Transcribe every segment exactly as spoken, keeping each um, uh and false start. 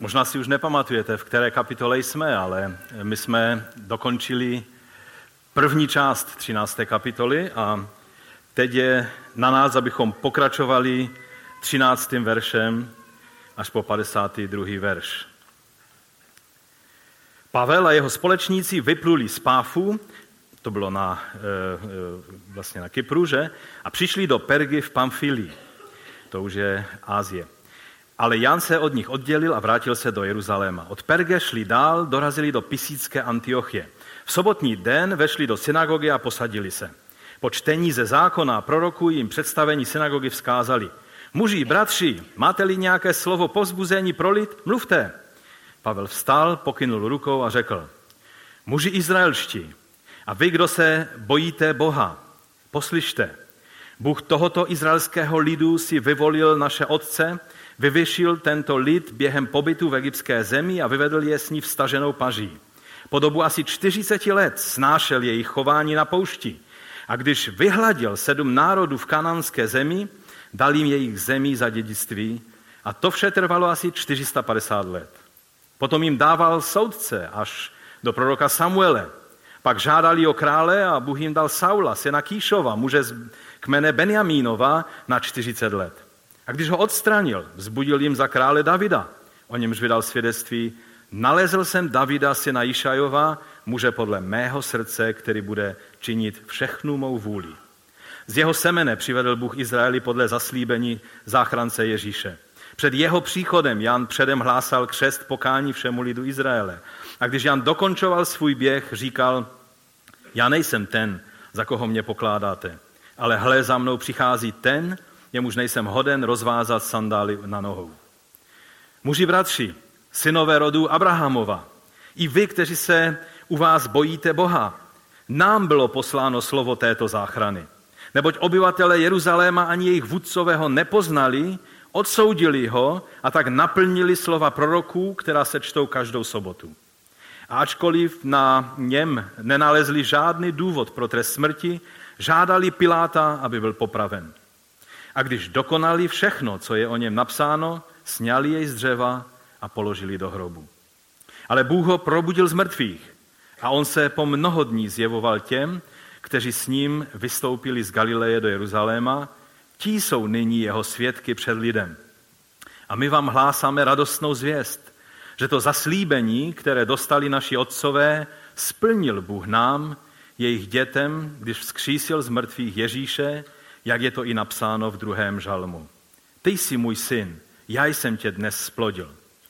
Možná si už nepamatujete, v které kapitole jsme, ale my jsme dokončili první část třinácté kapitoly a teď je na nás, abychom pokračovali třináctým veršem až po padesátý druhý verš. Pavel a jeho společníci vypluli z Páfu, to bylo na, vlastně na Kypru, že? A přišli do Pergy v Pamfylii, to už je Asie. Ale Jan se od nich oddělil a vrátil se do Jeruzaléma. Od Perge šli dál, dorazili do Pisícké Antiochie. V sobotní den vešli do synagogy a posadili se. Po čtení ze zákona a proroků jim představení synagogy vzkázali. Muži, bratři, máte-li nějaké slovo povzbuzení pro lid, mluvte. Pavel vstal, pokynul rukou a řekl. Muži izraelští, a vy, kdo se bojíte Boha, poslyšte. Bůh tohoto izraelského lidu si vyvolil naše otce, vyvěšil tento lid během pobytu v egyptské zemi a vyvedl je s ní vstaženou paží. Po dobu asi čtyřicet let snášel jejich chování na poušti. A když vyhladil sedm národů v kanánské zemi, dal jim jejich zemi za dědictví a to vše trvalo asi čtyři sta padesát let. Potom jim dával soudce až do proroka Samuele. Pak žádali o krále a Bůh jim dal Saula, syna Kýšova, muže z kmene Benjamínova na čtyřicet let. A když ho odstranil, vzbudil jim za krále Davida. O němž vydal svědectví, nalezl jsem Davida, syna Išajova, muže podle mého srdce, který bude činit všechnu mou vůli. Z jeho semene přivedl Bůh Izraeli podle zaslíbení záchrance Ježíše. Před jeho příchodem Jan předem hlásal křest pokání všemu lidu Izraele. A když Jan dokončoval svůj běh, říkal, já nejsem ten, za koho mě pokládáte, ale hle, za mnou přichází ten, jemuž nejsem hoden rozvázat sandály na nohou. Muži bratři, synové rodu Abrahamova, i vy, kteří se u vás bojíte Boha, nám bylo posláno slovo této záchrany. Neboť obyvatele Jeruzaléma ani jejich vůdcové ho nepoznali, odsoudili ho a tak naplnili slova proroků, která se čtou každou sobotu. A ačkoliv na něm nenalezli žádný důvod pro trest smrti, žádali Piláta, aby byl popraven. A když dokonali všechno, co je o něm napsáno, sňali jej z dřeva a položili do hrobu. Ale Bůh ho probudil z mrtvých a on se po mnoho dní zjevoval těm, kteří s ním vystoupili z Galileje do Jeruzaléma, ti jsou nyní jeho svědky před lidem. A my vám hlásáme radostnou zvěst, že to zaslíbení, které dostali naši otcové, splnil Bůh nám, jejich dětem, když vzkřísil z mrtvých Ježíše, jak je to i napsáno v druhém žalmu. Ty jsi můj syn, já jsem tě dnes splodil.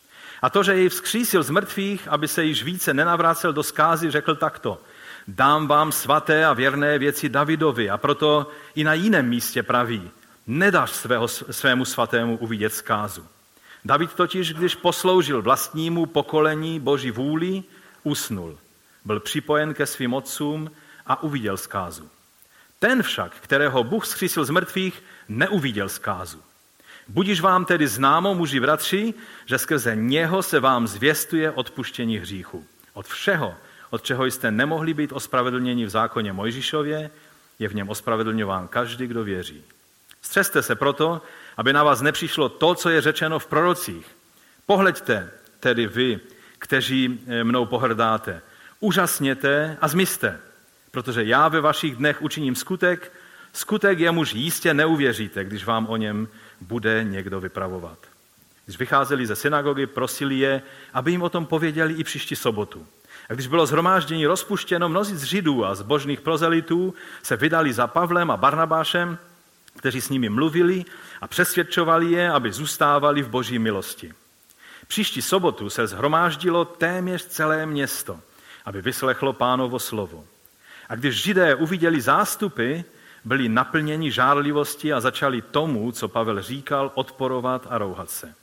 A to, že jej vzkřísil z mrtvých, aby se již více nenavrácel do zkázy, řekl takto. Dám vám svaté a věrné věci Davidovi a proto i na jiném místě praví, nedáš svého, svému svatému uvidět zkázu. David totiž, když posloužil vlastnímu pokolení Boží vůli, usnul. Byl připojen ke svým otcům a uviděl zkázu. Ten však, kterého Bůh vzkřísil z mrtvých, neuviděl zkázu. Budiž vám tedy známo, muži bratři, že skrze něho se vám zvěstuje odpuštění hříchu. Od všeho, od čeho jste nemohli být ospravedlněni v zákoně Mojžíšově, je v něm ospravedlňován každý, kdo věří. Střeste se proto, aby na vás nepřišlo to, co je řečeno v prorocích. Pohleďte tedy vy, kteří mnou pohrdáte. Úžasněte a zmizte, protože já ve vašich dnech učiním skutek, skutek jemuž jistě neuvěříte, když vám o něm bude někdo vypravovat. Když vycházeli ze synagogy, prosili je, aby jim o tom pověděli i příští sobotu. A když bylo shromáždění rozpuštěno, mnozí z Židů a zbožných prozelitů se vydali za Pavlem a Barnabášem, kteří s nimi mluvili a přesvědčovali je, aby zůstávali v Boží milosti. Příští sobotu se shromáždilo téměř celé město, aby vyslechlo Pánovo slovo. A když Židé uviděli zástupy, byli naplněni žárlivosti a začali tomu, co Pavel říkal, odporovat a rouhat se.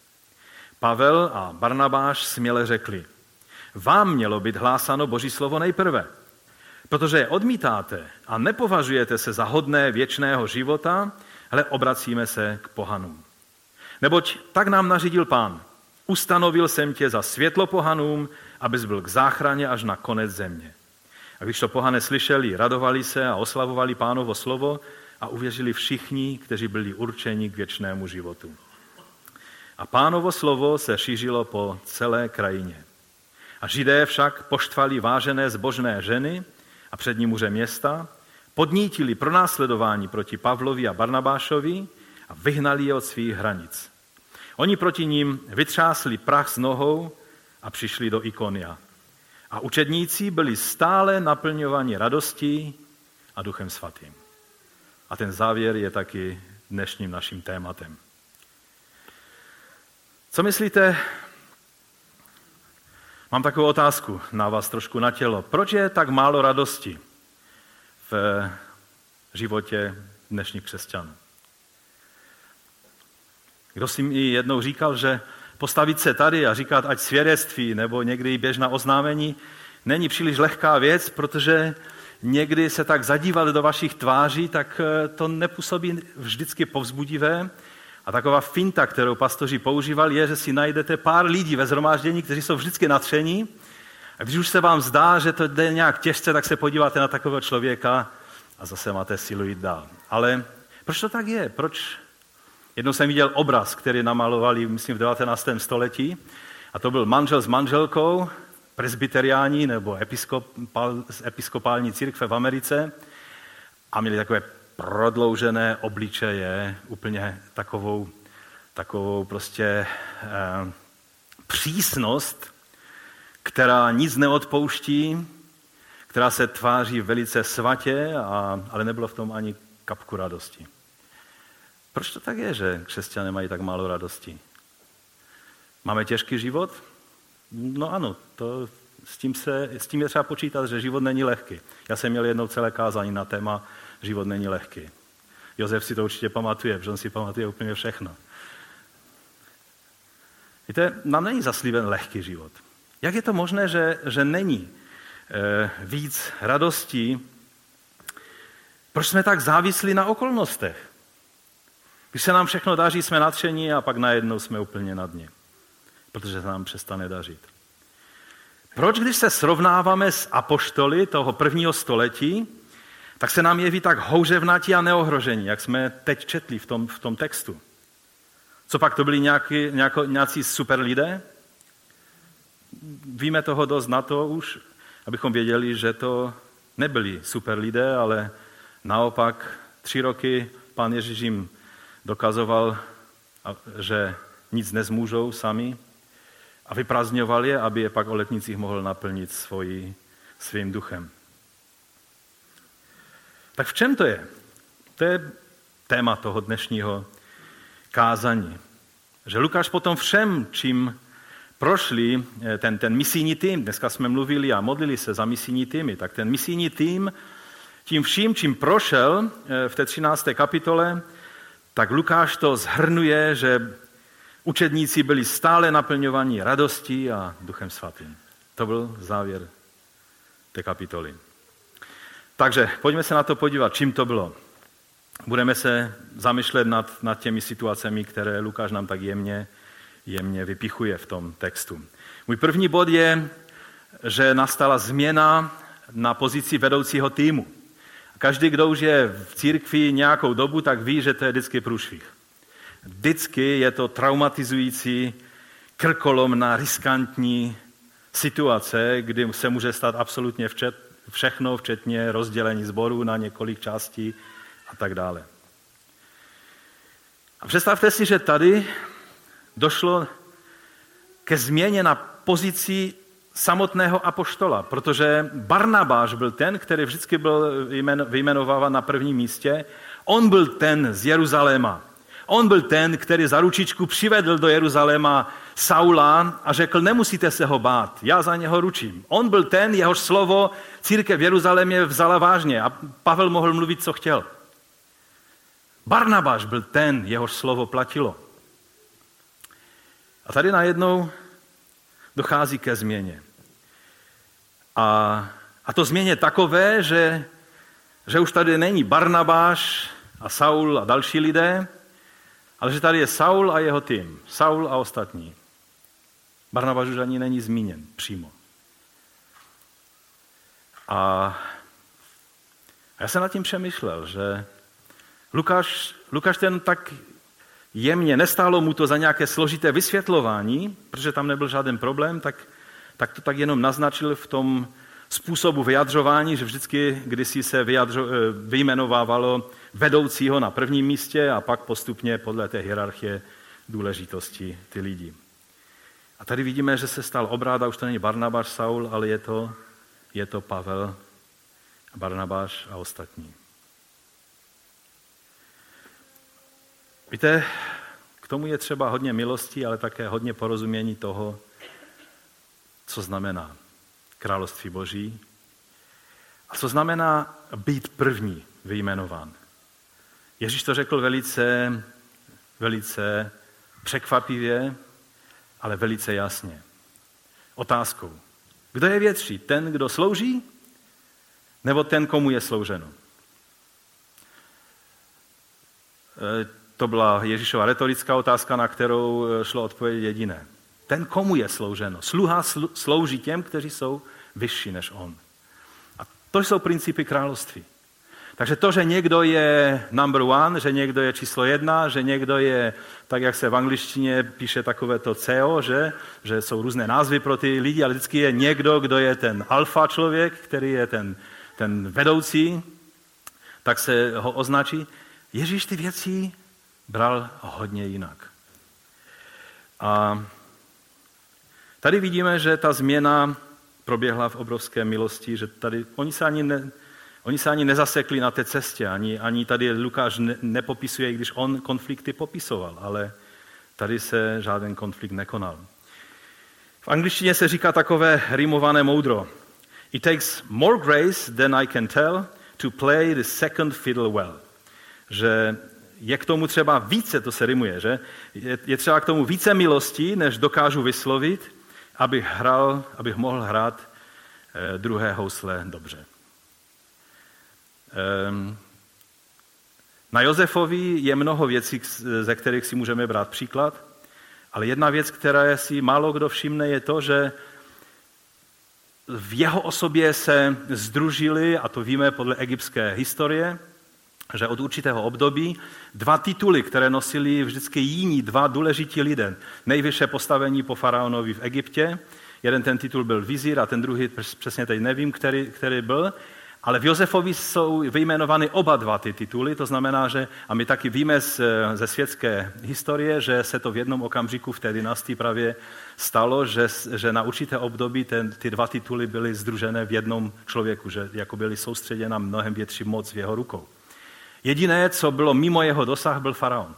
Pavel a Barnabáš směle řekli, vám mělo být hlásáno Boží slovo nejprve, protože je odmítáte a nepovažujete se za hodné věčného života, ale obracíme se k pohanům. Neboť tak nám nařídil Pán, ustanovil jsem tě za světlo pohanům, abys byl k záchraně až na konec země. A když to pohané slyšeli, radovali se a oslavovali Pánovo slovo a uvěřili všichni, kteří byli určeni k věčnému životu. A Pánovo slovo se šířilo po celé krajině. A Židé však poštvali vážené zbožné ženy a přední muže města, podnítili pronásledování proti Pavlovi a Barnabášovi a vyhnali je od svých hranic. Oni proti ním vytřásli prach z nohou a přišli do Ikonia. A učedníci byli stále naplňováni radostí a Duchem svatým. A ten závěr je taky dnešním naším tématem. Co myslíte? Mám takovou otázku na vás trošku na tělo. Proč je tak málo radosti v životě dnešních křesťanů? Kdo si mi jednou říkal, že postavit se tady a říkat ať svědectví nebo někdy běžná oznámení není příliš lehká věc, protože někdy se tak zadívat do vašich tváří, tak to nepůsobí vždycky povzbudivé. A taková finta, kterou pastoři používali, je, že si najdete pár lidí ve shromáždění, kteří jsou vždycky nadšení. A když už se vám zdá, že to jde nějak těžce, tak se podíváte na takového člověka a zase máte sílu jít dál. Ale proč to tak je? Proč? Jednou jsem viděl obraz, který namalovali, myslím, v devatenáctém století. A to byl manžel s manželkou, presbyteriáni nebo episkopál, episkopální církve v Americe. A měli takové prodloužené obličeje, úplně takovou, takovou prostě eh, přísnost, která nic neodpouští, která se tváří velice svatě, a, ale nebylo v tom ani kapku radosti. Proč to tak je, že křesťané mají tak málo radosti? Máme těžký život? No ano, to, s, tím se, s tím je třeba počítat, že život není lehký. Já jsem měl jednou celé kázání na téma život není lehký. Josef si to určitě pamatuje, protože on si pamatuje úplně všechno. Víte, nám není zaslíben lehký život. Jak je to možné, že, že není e, víc radostí? Proč jsme tak závislí na okolnostech? Když se nám všechno daří, jsme nadšení a pak najednou jsme úplně na dně. Protože se nám přestane dařit. Proč, když se srovnáváme s apoštoly toho prvního století, tak se nám jeví tak houževnatí a neohrožení, jak jsme teď četli v tom, v tom textu. Co pak to byli nějaký, nějako, nějací super lidé? Víme toho dost na to už, abychom věděli, že to nebyli super lidé, ale naopak tři roky Pán Ježíš jim dokazoval, že nic nezmůžou sami a vyprázdňoval je, aby je pak o letnicích mohl naplnit svojí, svým duchem. Tak v čem to je? To je téma toho dnešního kázání. Že Lukáš potom všem, čím prošli ten, ten misijní tým, dneska jsme mluvili a modlili se za misijní týmy, tak ten misijní tým, tím vším, čím prošel v té třinácté kapitole, tak Lukáš to shrnuje, že učedníci byli stále naplňovaní radostí a Duchem svatým. To byl závěr té kapitoly. Takže pojďme se na to podívat, čím to bylo. Budeme se zamýšlet nad, nad těmi situacemi, které Lukáš nám tak jemně, jemně vypichuje v tom textu. Můj první bod je, že nastala změna na pozici vedoucího týmu. Každý, kdo už je v církvi nějakou dobu, tak ví, že to je vždycky průšvih. Vždycky je to traumatizující, krkolomná, riskantní situace, kdy se může stát absolutně včet, všechno, včetně rozdělení sboru na několik částí a tak dále. A představte si, že tady došlo ke změně na pozici samotného apoštola, protože Barnabáš byl ten, který vždycky byl vyjmenováván na prvním místě. On byl ten z Jeruzaléma. On byl ten, který za ručičku přivedl do Jeruzaléma Saula a řekl, nemusíte se ho bát, já za něho ručím. On byl ten, jehož slovo církev v Jeruzalémě vzala vážně a Pavel mohl mluvit, co chtěl. Barnabáš byl ten, jehož slovo platilo. A tady najednou dochází ke změně. A, a to změně takové, že, že už tady není Barnabáš a Saul a další lidé, ale že tady je Saul a jeho tým. Saul a ostatní. Barnabáš už ani není zmíněn přímo. A já jsem nad tím přemýšlel, že Lukáš, Lukáš ten tak jemně, nestálo mu to za nějaké složité vysvětlování, protože tam nebyl žádný problém, tak, tak to tak jenom naznačil v tom způsobu vyjadřování, že vždycky kdysi se vyjadřo, vyjmenovávalo vedoucího na prvním místě a pak postupně podle té hierarchie důležitosti ty lidi. A tady vidíme, že se stal obráda, už to není Barnabáš, Saul, ale je to, je to Pavel, Barnabáš a ostatní. Víte, k tomu je třeba hodně milosti, ale také hodně porozumění toho, co znamená království Boží a co znamená být první vyjmenován. Ježíš to řekl velice, velice překvapivě, ale velice jasně. Otázkou. Kdo je větší? Ten, kdo slouží, nebo ten, komu je slouženo? To byla Ježíšova retorická otázka, na kterou šlo odpovědět jediné. Ten, komu je slouženo. Sluha slouží těm, kteří jsou vyšší než on. A to jsou principy království. Takže to, že někdo je number one, že někdo je číslo jedna, že někdo je, tak jak se v angličtině píše takové to C E O, že, že jsou různé názvy pro ty lidi, ale vždycky je někdo, kdo je ten alfa člověk, který je ten, ten vedoucí, tak se ho označí. Ježíš ty věci bral hodně jinak. A tady vidíme, že ta změna proběhla v obrovské milosti, že tady oni se ani, ne, oni se ani nezasekli na té cestě, ani, ani tady Lukáš ne, nepopisuje, i když on konflikty popisoval, ale tady se žádný konflikt nekonal. V angličtině se říká takové rimované moudro. It takes more grace than I can tell to play the second fiddle well. Že je k tomu třeba více, to se rimuje, že? Je, je třeba k tomu více milosti, než dokážu vyslovit, abych, hral, abych mohl hrát eh, druhé housle dobře. Eh, na Josefovi je mnoho věcí, ze kterých si můžeme brát příklad, ale jedna věc, která si málo kdo všimne, je to, že v jeho osobě se sdružili, a to víme podle egyptské historie, že od určitého období dva tituly, které nosili vždycky jiní dva důležití lidé. Nejvyšší postavení po faraonovi v Egyptě. Jeden ten titul byl vizír a ten druhý, přesně teď nevím, který, který byl. Ale v Josefovi jsou vyjmenovány oba dva ty tituly, to znamená, že, a my taky víme z, ze světské historie, že se to v jednom okamžiku v té dynastii právě stalo, že, že na určité období ten, ty dva tituly byly združené v jednom člověku, že jako byly soustředěna mnohem větší moc v jeho rukou. Jediné, co bylo mimo jeho dosah, byl faraon.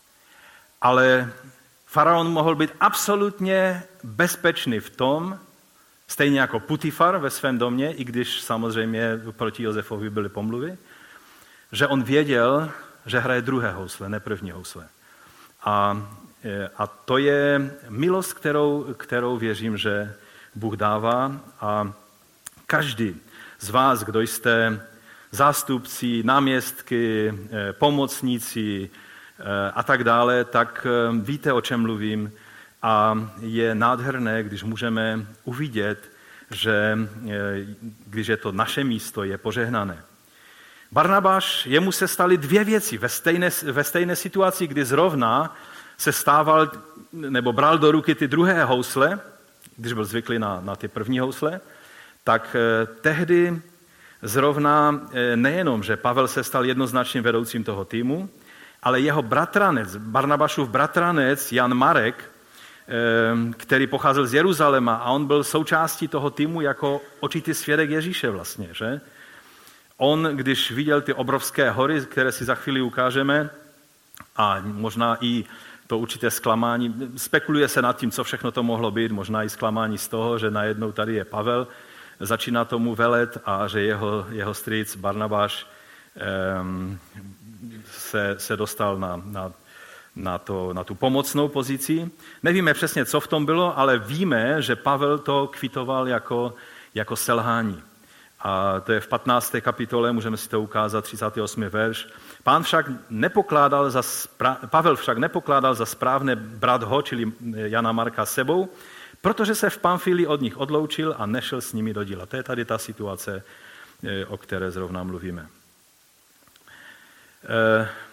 Ale faraon mohl být absolutně bezpečný v tom, stejně jako Putifar ve svém domě, i když samozřejmě proti Josefovi byly pomluvy, že on věděl, že hraje druhé housle, ne první housle. A, a to je milost, kterou, kterou věřím, že Bůh dává. A každý z vás, kdo jste zástupci, náměstky, pomocníci a tak dále, tak víte, o čem mluvím. A je nádherné, když můžeme uvidět, že když je to naše místo, je požehnané. Barnabáš, jemu se staly dvě věci ve stejné, ve stejné situaci, kdy zrovna se stával nebo bral do ruky ty druhé housle, když byl zvyklý na, na ty první housle, tak tehdy zrovna nejenom, že Pavel se stal jednoznačným vedoucím toho týmu, ale jeho bratranec, Barnabášův bratranec Jan Marek, který pocházel z Jeruzaléma a on byl součástí toho týmu jako očitý svědek Ježíše vlastně, že? On, když viděl ty obrovské hory, které si za chvíli ukážeme, a možná i to určité zklamání, spekuluje se nad tím, co všechno to mohlo být, možná i zklamání z toho, že najednou tady je Pavel, začíná tomu velet a že jeho, jeho strýc Barnabáš um, se, se dostal na, na Na, to, na tu pomocnou pozici. Nevíme přesně, co v tom bylo, ale víme, že Pavel to kvitoval jako, jako selhání. A to je v patnácté kapitole, můžeme si to ukázat, třicátý osmý verš. Pán však nepokládal za spra- Pavel však nepokládal za správné brát ho, čili Jana Marka, sebou, protože se v Pamfílii od nich odloučil a nešel s nimi do díla. To je tady ta situace, o které zrovna mluvíme.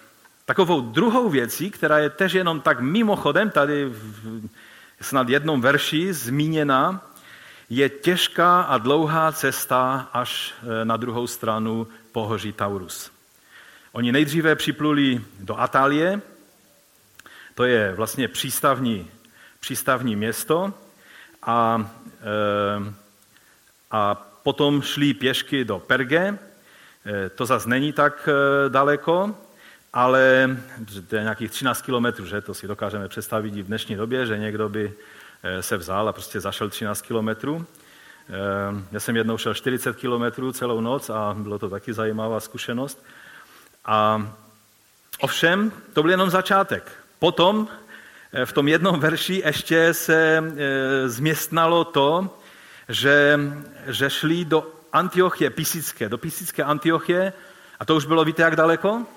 Takovou druhou věcí, která je tež jenom tak mimochodem, tady v snad jednom verši zmíněna, je těžká a dlouhá cesta až na druhou stranu pohoří Taurus. Oni nejdříve připluli do Atálie, to je vlastně přístavní, přístavní město, a, e, a potom šli pěšky do Perge, e, to zase není tak e, daleko, ale to je nějakých třináct kilometrů, že to si dokážeme představit i v dnešní době, že někdo by se vzal a prostě zašel třináct kilometrů. Já jsem jednou šel čtyřicet kilometrů celou noc a bylo to taky zajímavá zkušenost. A ovšem, to byl jenom začátek. Potom v tom jednom verši ještě se změstnalo to, že, že šli do Antiochie Pisické, do Pisické Antiochie, a to už bylo, víte, jak daleko?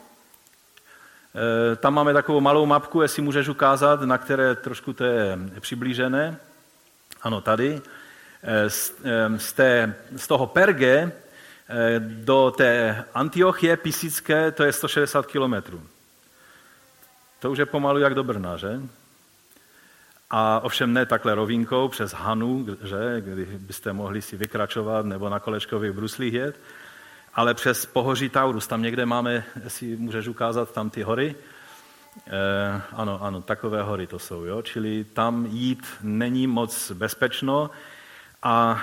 Tam máme takovou malou mapku, jestli můžeš ukázat, na které trošku to je přiblížené. Ano, tady. Z, té, z toho Perge do té Antiochie Pisické to je sto šedesát kilometrů. To už je pomalu jak do Brna, že? A ovšem ne takhle rovinkou přes Hanu, že? Kdy byste mohli si vykračovat nebo na kolečkových bruslích jet, ale přes pohoří Taurus. Tam někde máme, jestli můžeš ukázat, tam ty hory. E, ano, ano, takové hory to jsou, jo? Čili tam jít není moc bezpečno a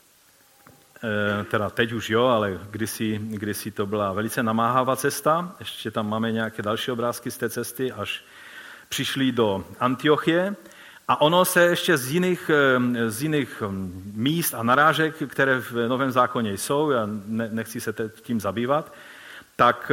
e, teda teď už jo, ale kdysi, kdysi to byla velice namáhavá cesta. Ještě tam máme nějaké další obrázky z té cesty, až přišli do Antiochie. A ono se ještě z jiných, z jiných míst a narážek, které v Novém zákoně jsou, já nechci se tím zabývat, tak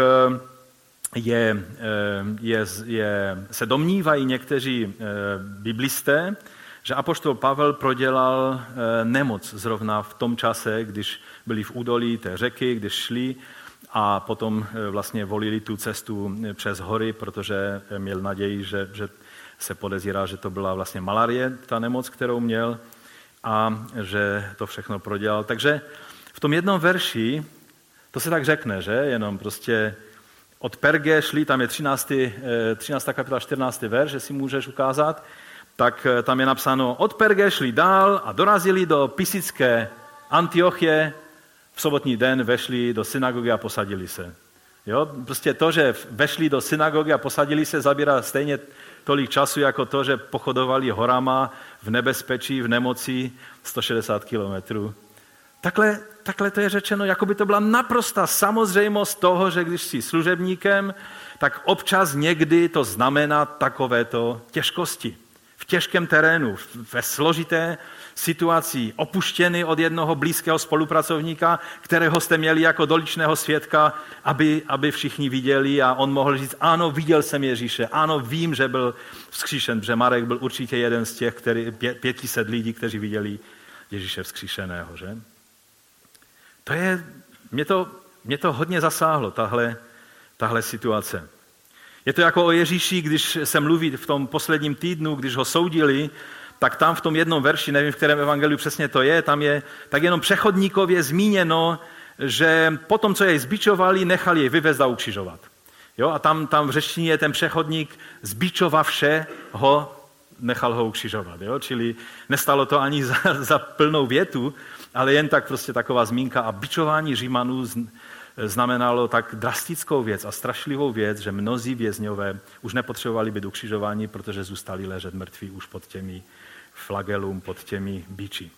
je, je, je, se domnívají někteří biblisté, že apoštol Pavel prodělal nemoc zrovna v tom čase, když byli v údolí té řeky, když šli a potom vlastně volili tu cestu přes hory, protože měl naději, že, že se podezírá, že to byla vlastně malarie, ta nemoc, kterou měl, a že to všechno prodělal. Takže v tom jednom verši, to se tak řekne, že? Jenom prostě od Perge šli, tam je třináctá třináctá kapitola, čtrnáctý verš, že si můžeš ukázat, tak tam je napsáno, od Perge šli dál a dorazili do Pisické Antiochie, v sobotní den vešli do synagogy a posadili se. Jo? Prostě to, že vešli do synagogy a posadili se, zabírá stejně tolik času, jako to, že pochodovali horama v nebezpečí, v nemoci sto šedesát kilometrů. Takhle, takhle to je řečeno, jako by to byla naprostá samozřejmost toho, že když jsi služebníkem, tak občas někdy to znamená takovéto těžkosti. V těžkém terénu, ve složité situaci, opuštěný od jednoho blízkého spolupracovníka, kterého jste měli jako doličného svědka, aby, aby všichni viděli a on mohl říct, ano, viděl jsem Ježíše, ano, vím, že byl vzkříšen, protože Marek byl určitě jeden z těch, který, pě, pětiset lidí, kteří viděli Ježíše vzkříšeného, že? To je, mě to, mě to hodně zasáhlo, tahle, tahle situace. Je to jako o Ježíši, když se mluví v tom posledním týdnu, když ho soudili, tak tam v tom jednom verši, nevím, v kterém evangeliu přesně to je, tam je tak jenom přechodníkově zmíněno, že potom, co jej zbičovali, nechali jej vyvést a ukřižovat. Jo? A tam, tam v řečtině je ten přechodník zbičovavše ho, nechal ho ukřižovat. Jo? Čili nestalo to ani za, za plnou větu, ale jen tak prostě taková zmínka. A bičování Římanů znamenalo tak drastickou věc a strašlivou věc, že mnozí vězňové už nepotřebovali být ukřižováni, protože zůstali ležet mrtví už pod těmi flagelům, pod těmi biči.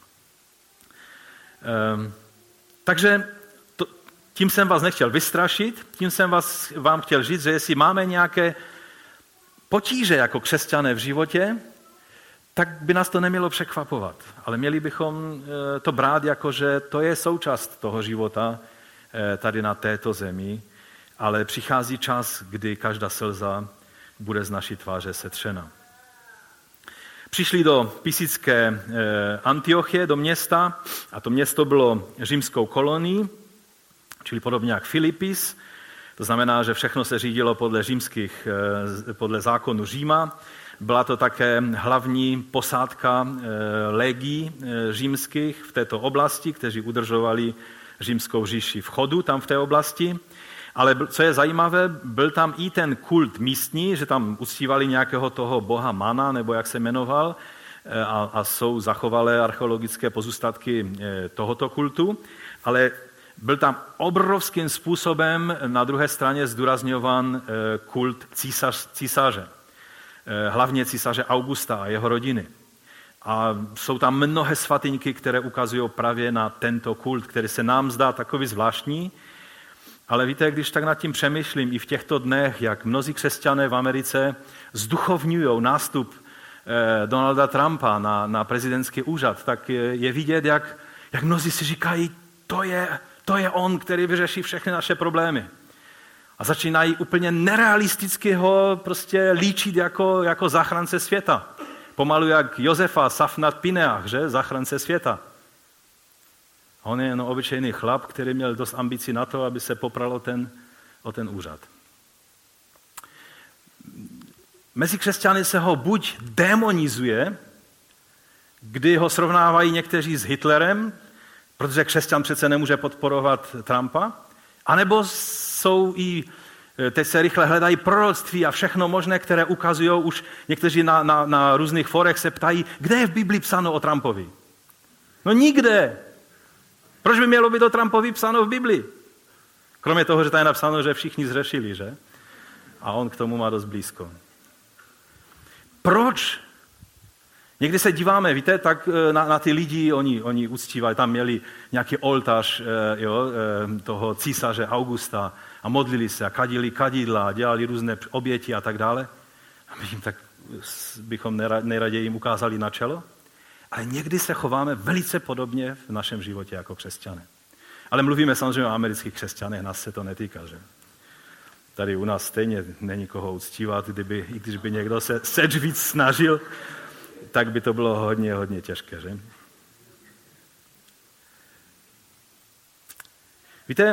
Ehm, takže to, tím jsem vás nechtěl vystrašit, tím jsem vás, vám chtěl říct, že jestli máme nějaké potíže jako křesťané v životě, tak by nás to nemělo překvapovat. Ale měli bychom to brát jako, že to je součást toho života tady na této zemi, ale přichází čas, kdy každá slza bude z naší tváře setřena. Přišli do Pisické Antiochie, do města, a to město bylo římskou kolonií, čili podobně jak Filipis. To znamená, že všechno se řídilo podle římských, podle zákonu Říma. Byla to také hlavní posádka legií římských v této oblasti, kteří udržovali římskou říši v chodu tam v té oblasti. Ale co je zajímavé, byl tam i ten kult místní, že tam uctívali nějakého toho boha Mana, nebo jak se jmenoval, a, a jsou zachovalé archeologické pozůstatky tohoto kultu, ale byl tam obrovským způsobem na druhé straně zdůrazňovan kult císař, císaře, hlavně císaře Augusta a jeho rodiny. A jsou tam mnohé svatyňky, které ukazují právě na tento kult, který se nám zdá takový zvláštní, ale víte, když tak nad tím přemýšlím i v těchto dnech, jak mnozí křesťané v Americe zduchovňují nástup eh, Donalda Trumpa na, na prezidentský úřad, tak je, je vidět, jak, jak mnozí si říkají, to je, to je on, který vyřeší všechny naše problémy. A začínají úplně nerealisticky ho prostě líčit jako, jako záchránce světa. Pomalu jak Josefa Safnat Pineach, že? Záchránce světa. A on je jen obyčejný chlap, který měl dost ambicí na to, aby se popral o ten, o ten úřad. Mezi křesťany se ho buď demonizuje, kdy ho srovnávají někteří s Hitlerem, protože křesťan přece nemůže podporovat Trumpa, anebo jsou i, teď se rychle hledají proroctví a všechno možné, které ukazují, už někteří na, na, na různých forech se ptají, kde je v Biblii psáno o Trumpovi? No nikde. Proč by mělo být o Trumpovi psáno v Biblii? Kromě toho, že tady je napsáno, že všichni zřešili, že? A on k tomu má dost blízko. Proč? Někdy se díváme, víte, tak na, na ty lidi, oni, oni uctívali, tam měli nějaký oltář jo, toho císaře Augusta a modlili se a kadili kadidla, dělali různé oběti a tak dále. A my jim tak bychom nejraději jim ukázali na čelo. Ale někdy se chováme velice podobně v našem životě jako křesťané. Ale mluvíme samozřejmě o amerických křesťanech, nás se to netýká, že? Tady u nás stejně není koho uctívat, kdyby, i když by někdo se seč víc snažil, tak by to bylo hodně, hodně těžké, že? Víte,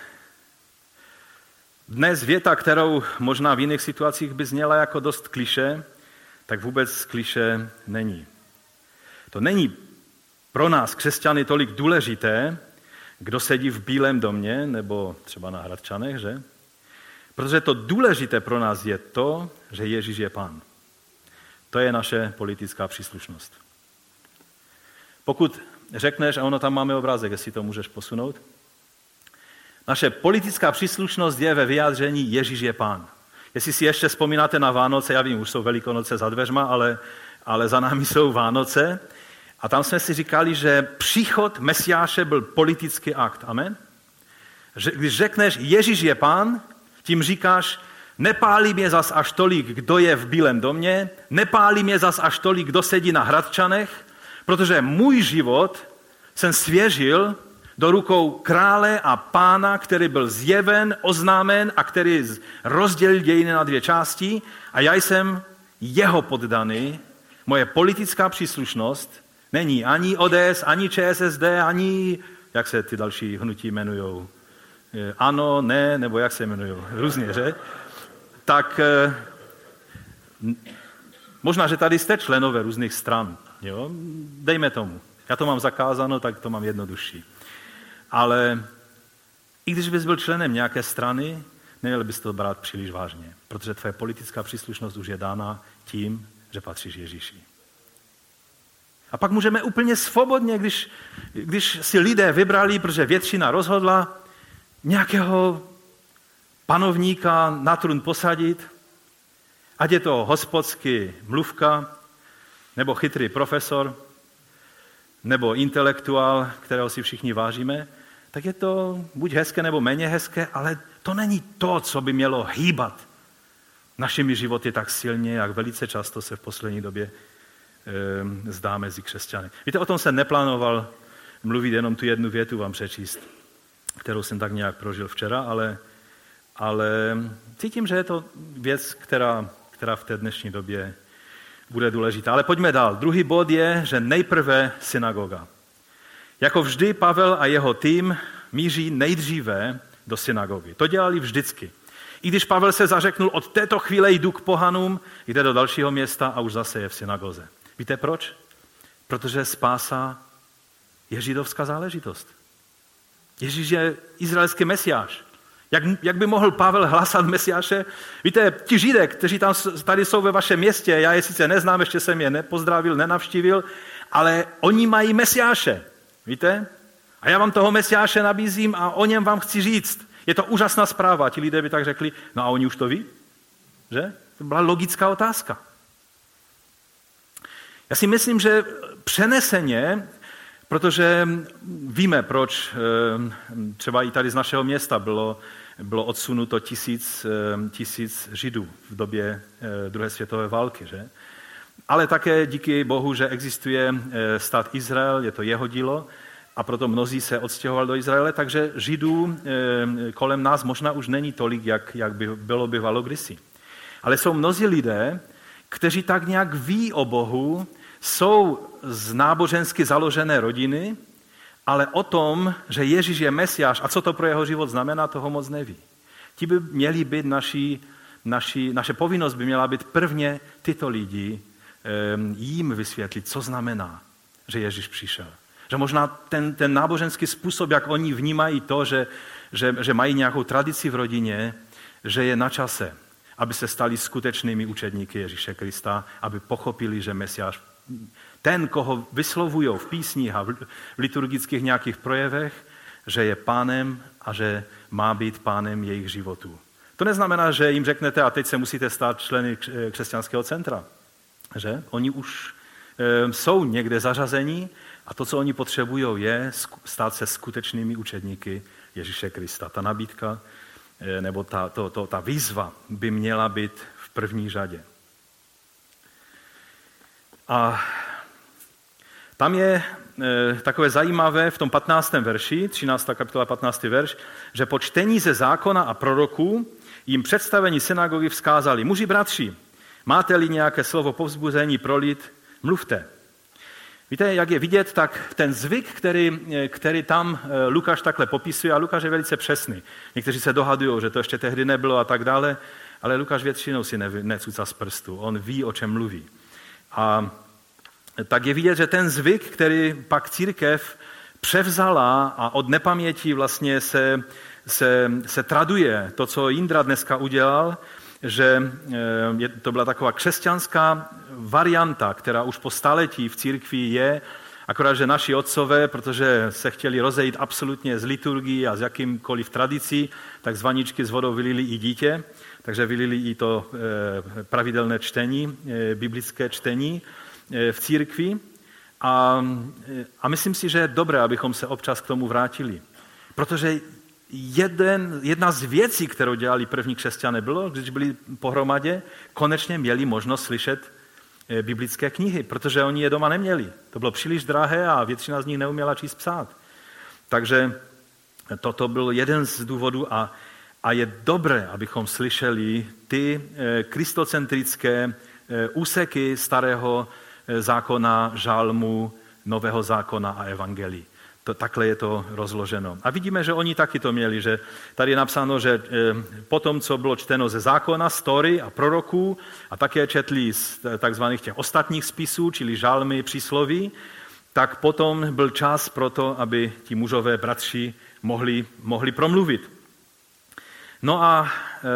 dnes věta, kterou možná v jiných situacích by zněla jako dost klišé, tak vůbec klišé není. To není pro nás, křesťany, tolik důležité, kdo sedí v Bílém domě, nebo třeba na Hradčanech, že? Protože to důležité pro nás je to, že Ježíš je Pán. To je naše politická příslušnost. Pokud řekneš, a ono tam máme obrázek, jestli to můžeš posunout, naše politická příslušnost je ve vyjádření Ježíš je Pán. Jestli si ještě vzpomínáte na Vánoce, já vím, už jsou Velikonoce za dveřma, ale, ale za námi jsou Vánoce, a tam jsme si říkali, že příchod Mesiáše byl politický akt. Amen? Když řekneš Ježíš je Pán, tím říkáš, nepálí mě zas až tolik, kdo je v Bílém domě, nepálí mě zas až tolik, kdo sedí na Hradčanech, protože můj život jsem svěřil do rukou krále a Pána, který byl zjeven, oznámen a který rozdělil dějiny na dvě části, a já jsem jeho poddaný. Moje politická příslušnost není ani O D S, ani Č S S D, ani, jak se ty další hnutí jmenujou, ano, ne, nebo jak se jmenujou, různě, že? Tak možná, že tady jste členové různých stran, jo? Dejme tomu. Já to mám zakázáno, tak to mám jednodušší. Ale i když bys byl členem nějaké strany, neměl bys to brát příliš vážně, protože tvoje politická příslušnost už je dána tím, že patříš Ježíši. A pak můžeme úplně svobodně, když, když si lidé vybrali, protože většina rozhodla, nějakého panovníka na trůn posadit, ať je to hospodský mluvka, nebo chytrý profesor, nebo intelektuál, kterého si všichni vážíme, tak je to buď hezké, nebo méně hezké, ale to není to, co by mělo hýbat našimi životy tak silně, jak velice často se v poslední době e, zdá mezi křesťany. Víte, o tom jsem neplánoval mluvit, jenom tu jednu větu vám přečíst, kterou jsem tak nějak prožil včera, ale, ale cítím, že je to věc, která, která v té dnešní době bude důležitá. Ale pojďme dál. Druhý bod je, že nejprve synagoga. Jako vždy Pavel a jeho tým míří nejdříve do synagogy. To dělali vždycky. I když Pavel se zařeknul, od této chvíle jdu k pohanům, jde do dalšího města a už zase je v synagoze. Víte proč? Protože spása je židovská záležitost. Ježíš je izraelský mesiáš. Jak, jak by mohl Pavel hlásat Mesiáše? Víte, ti Židé, kteří tam tady jsou ve vašem městě, já je sice neznám, ještě jsem je nepozdravil, nenavštívil, ale oni mají Mesiáše, víte? A já vám toho Mesiáše nabízím a o něm vám chci říct. Je to úžasná zpráva. Ti lidé by tak řekli, no a oni už to ví? Že? To byla logická otázka. Já si myslím, že přeneseně, protože víme, proč třeba i tady z našeho města bylo, bylo odsunuto tisíc, tisíc Židů v době druhé světové války. Že? Ale také díky Bohu, že existuje stát Izrael, je to jeho dílo, a proto mnozí se odstěhovali do Izraele, takže Židů kolem nás možná už není tolik, jak, jak by bylo bývalo kdysi. Ale jsou mnozí lidé, kteří tak nějak ví o Bohu, jsou z nábožensky založené rodiny, ale o tom, že Ježíš je Mesiáš a co to pro jeho život znamená, toho moc neví. Ti by měli být naši, naši, naše povinnost by měla být prvně tyto lidi jim vysvětlit, co znamená, že Ježíš přišel. Že možná ten, ten náboženský způsob, jak oni vnímají to, že, že, že mají nějakou tradici v rodině, že je na čase, aby se stali skutečnými učedníky Ježíše Krista, aby pochopili, že Mesiáš, ten, koho vyslovují v písních a v liturgických nějakých projevech, že je pánem a že má být pánem jejich životů. To neznamená, že jim řeknete, a teď se musíte stát členy křesťanského centra. Že? Oni už e, jsou někde zařazení a to, co oni potřebují, je stát se skutečnými učedníky Ježíše Krista. Ta nabídka e, nebo ta, to, to, ta výzva by měla být v první řadě. A tam je e, takové zajímavé v tom patnáctém verši, třináctá kapitola patnáctý verš, že po čtení ze zákona a proroků jim představení synagogy vzkázali: muži bratři, máte-li nějaké slovo povzbuzení pro lid, mluvte. Víte, jak je vidět, tak ten zvyk, který, který tam Lukáš takhle popisuje, a Lukáš je velice přesný. Někteří se dohadují, že to ještě tehdy nebylo a tak dále, ale Lukáš většinou si necucá z prstu. On ví, o čem mluví. A tak je vidět, že ten zvyk, který pak církev převzala a od nepaměti vlastně se, se, se traduje, to, co Jindra dneska udělal, že to byla taková křesťanská varianta, která už po staletí v církvi je, akorát, že naši otcové, protože se chtěli rozejít absolutně z liturgií a z jakýmkoliv tradicí, tak z vaničky s vodou vylili i dítě, takže vylili i to pravidelné čtení, biblické čtení v církvi. A, a myslím si, že je dobré, abychom se občas k tomu vrátili. Protože jeden, jedna z věcí, kterou dělali první křesťané, bylo, když byli pohromadě, konečně měli možnost slyšet biblické knihy, protože oni je doma neměli. To bylo příliš drahé a většina z nich neuměla číst psát. Takže toto byl jeden z důvodů a, a je dobré, abychom slyšeli ty kristocentrické úseky starého zákona, žalmu, nového zákona a evangelií. To, takhle je to rozloženo. A vidíme, že oni taky to měli, že tady je napsáno, že po tom, co bylo čteno ze zákona, story a proroků a také četli z takzvaných těch ostatních spisů, čili žalmy, přísloví, tak potom byl čas pro to, aby ti mužové bratři mohli, mohli promluvit. No a,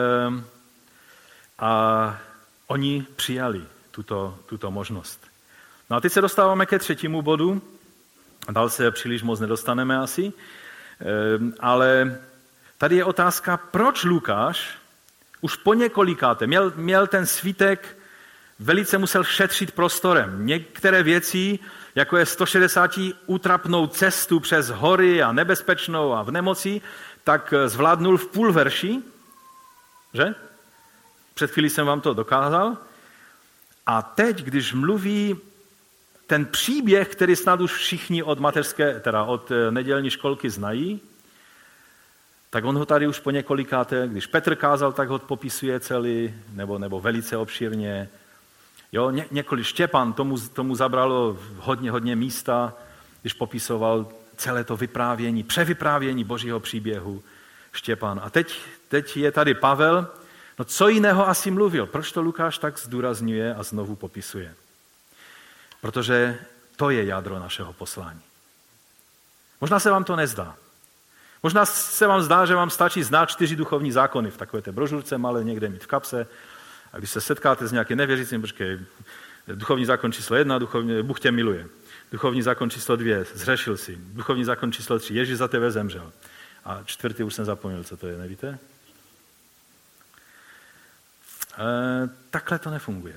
a oni přijali tuto, tuto možnost. No a teď se dostáváme ke třetímu bodu. Dál se příliš moc nedostaneme asi, ale tady je otázka, proč Lukáš už po několikáté měl, měl ten svítek, velice musel šetřit prostorem. Některé věci, jako je sto šedesát útrapnou cestu přes hory a nebezpečnou a v nemoci, tak zvládnul v půl verši, že? Před chvílí jsem vám to dokázal. A teď, když mluví ten příběh, který snad už všichni od mateřské, teda od nedělní školky znají, tak on ho tady už po několikáté, když Petr kázal, tak ho popisuje celý, nebo, nebo velice obšírně. Jo, ně, několik Štěpán, tomu, tomu zabralo hodně, hodně místa, když popisoval celé to vyprávění, převyprávění Božího příběhu Štěpán. A teď, teď je tady Pavel, no co jiného asi mluvil? Proč to Lukáš tak zdůrazňuje a znovu popisuje? Protože to je jádro našeho poslání. Možná se vám to nezdá. Možná se vám zdá, že vám stačí znát čtyři duchovní zákony v takové té brožurce, malé někde mít v kapse. A když se setkáte s nějakým nevěřícím, počkej, duchovní zákon číslo jedna, duchovní, Bůh tě miluje. Duchovní zákon číslo dvě, zřešil si. Duchovní zákon číslo tři, Ježíš za tebe zemřel. A čtvrtý už jsem zapomněl, co to je, nevíte? E, takhle to nefunguje.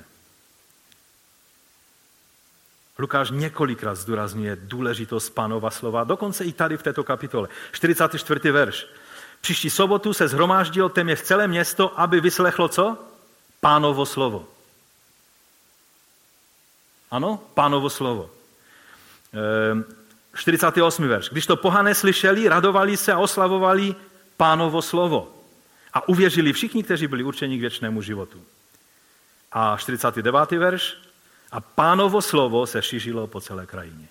Lukáš několikrát zdůrazňuje důležitost Pánova slova, dokonce i tady v této kapitole. čtyřicátý čtvrtý verš. Příští sobotu se shromáždilo téměř celé město, aby vyslechlo co? Pánovo slovo. Ano, Pánovo slovo. čtyřicátý osmý verš. Když to pohané slyšeli, radovali se a oslavovali Pánovo slovo. A uvěřili všichni, kteří byli určeni k věčnému životu. A čtyřicátý devátý verš. A Pánovo slovo se šířilo po celé krajině.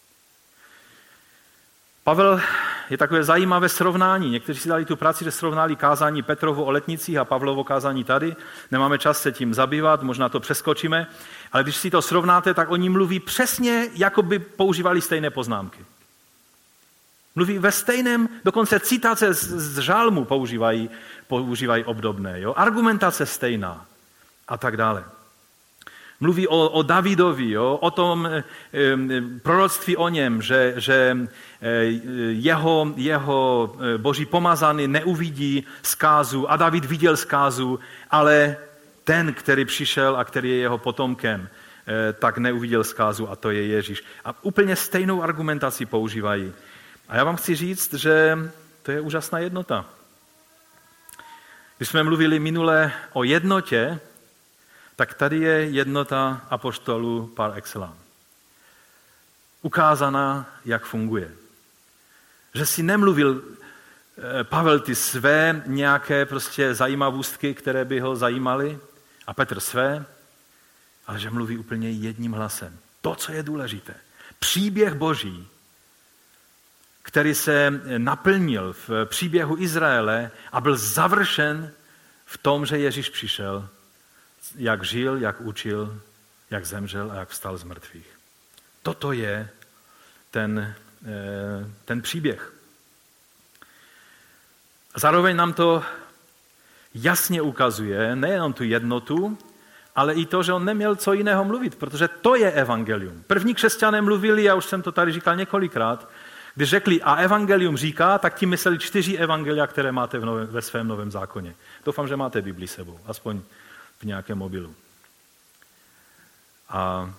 Pavel je takové zajímavé srovnání. Někteří si dali tu práci, že srovnali kázání Petrovo o letnicích a Pavlovo kázání tady. Nemáme čas se tím zabývat, možná to přeskočíme. Ale když si to srovnáte, tak oni mluví přesně, jako by používali stejné poznámky. Mluví ve stejném, dokonce citace z, z žálmu používají, používají obdobné. Jo? Argumentace stejná a tak dále. Mluví o, o Davidovi, jo, o tom e, e, proroctví o něm, že, že e, jeho, jeho boží pomazaný neuvidí zkázu a David viděl zkázu, ale ten, který přišel a který je jeho potomkem, e, tak neuviděl zkázu a to je Ježíš. A úplně stejnou argumentaci používají. A já vám chci říct, že to je úžasná jednota. Když jsme mluvili minule o jednotě, tak tady je jednota apoštolů par excellence. Ukázaná, jak funguje. Že si nemluvil Pavel ty své nějaké prostě zajímavostky, které by ho zajímaly, a Petr své, ale že mluví úplně jedním hlasem. To, co je důležité. Příběh Boží, který se naplnil v příběhu Izraele a byl završen v tom, že Ježíš přišel, jak žil, jak učil, jak zemřel a jak vstal z mrtvých. Toto je ten, ten příběh. Zároveň nám to jasně ukazuje nejenom tu jednotu, ale i to, že on neměl co jiného mluvit, protože to je evangelium. První křesťané mluvili, já už jsem to tady říkal několikrát, když řekli a evangelium říká, tak tím mysleli čtyři evangelia, které máte v novém, ve svém novém zákoně. Doufám, že máte Bibli sebou, aspoň v nějakém mobilu. A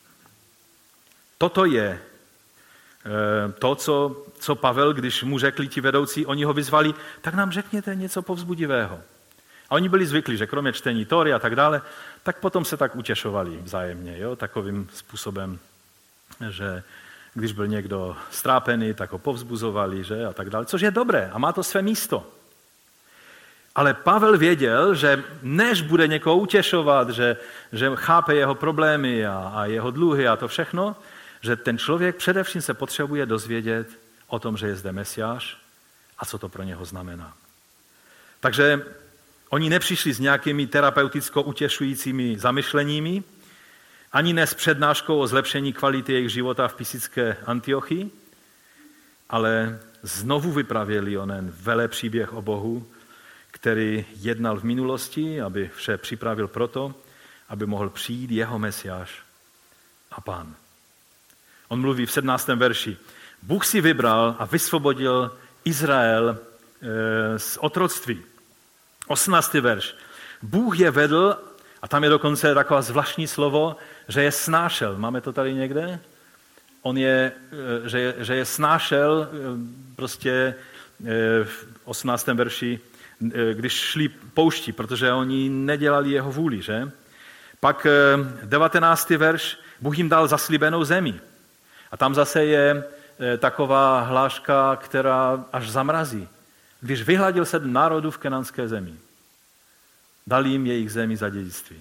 toto je to, co, co Pavel, když mu řekli ti vedoucí, oni ho vyzvali, tak nám řekněte něco povzbudivého. A oni byli zvyklí, že kromě čtení Tóry a tak dále, tak potom se tak utěšovali vzájemně, jo? Takovým způsobem, že když byl někdo strápený, tak ho povzbuzovali, že? A tak dále, což je dobré a má to své místo. Ale Pavel věděl, že než bude někoho utěšovat, že, že chápe jeho problémy a, a jeho dluhy a to všechno, že ten člověk především se potřebuje dozvědět o tom, že je zde Mesiáš a co to pro něho znamená. Takže oni nepřišli s nějakými terapeuticko utěšujícími zamyšleními, ani ne s přednáškou o zlepšení kvality jejich života v pisické Antiochii, ale znovu vypravěli onen velepříběh o Bohu, který jednal v minulosti, aby vše připravil proto, aby mohl přijít jeho Mesiáš a Pán. On mluví v sedmnáctém verši. Bůh si vybral a vysvobodil Izrael e, z otroctví. osmnáctý verš. Bůh je vedl, a tam je dokonce takové zvláštní slovo, že je snášel. Máme to tady někde? On je, že je, že je snášel prostě v osmnáctém verši, když šli pouští, protože oni nedělali jeho vůli, že? Pak devatenáctý verš, Bůh jim dal zaslíbenou zemi. A tam zase je taková hláška, která až zamrazí. Když vyhladil sedm národů v kenánské zemi, dal jim jejich zemi za dědictví.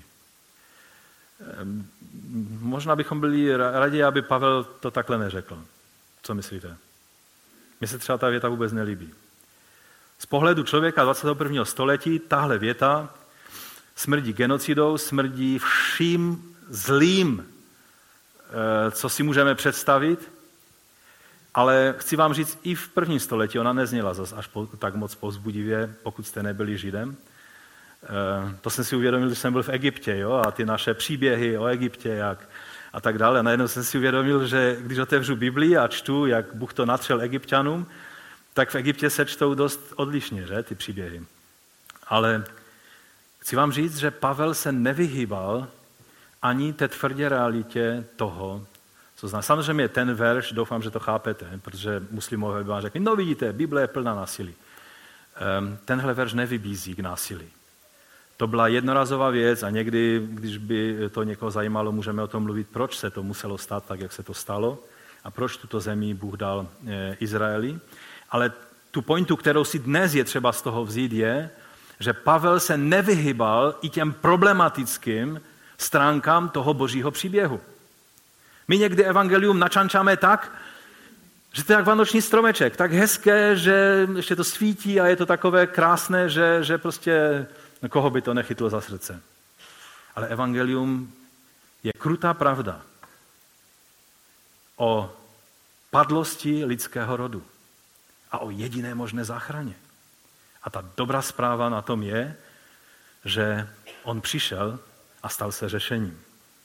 Možná bychom byli raději, aby Pavel to takhle neřekl. Co myslíte? Mně se třeba ta věta vůbec nelíbí. Z pohledu člověka dvacátého prvního století tahle věta smrdí genocidou, smrdí vším zlým, co si můžeme představit. Ale chci vám říct, i v prvním století ona nezněla zas až po, tak moc povzbudivě, pokud jste nebyli Židem. E, to jsem si uvědomil, když jsem byl v Egyptě, jo, a ty naše příběhy o Egyptě jak, a tak dále. A najednou jsem si uvědomil, že když otevřu Biblii a čtu, jak Bůh to natřel Egypťanům, tak v Egyptě se čtou dost odlišně, že, ty příběhy. Ale chci vám říct, že Pavel se nevyhýbal ani té tvrdé realitě toho, co zná. Samozřejmě ten verš, doufám, že to chápete, protože muslimové by vám řekli, no vidíte, Bible je plná násilí. Tenhle verš nevybízí k násilí. To byla jednorazová věc a někdy, když by to někoho zajímalo, můžeme o tom mluvit, proč se to muselo stát tak, jak se to stalo a proč tuto zemi Bůh dal Izraeli. Ale tu pointu, kterou si dnes je třeba z toho vzít, je, že Pavel se nevyhýbal i těm problematickým stránkám toho božího příběhu. My někdy evangelium načančáme tak, že to je jak vánoční stromeček, tak hezké, že ještě to svítí a je to takové krásné, že, že prostě koho by to nechytlo za srdce. Ale evangelium je krutá pravda o padlosti lidského rodu a o jediné možné záchraně. A ta dobrá zpráva na tom je, že on přišel a stal se řešením.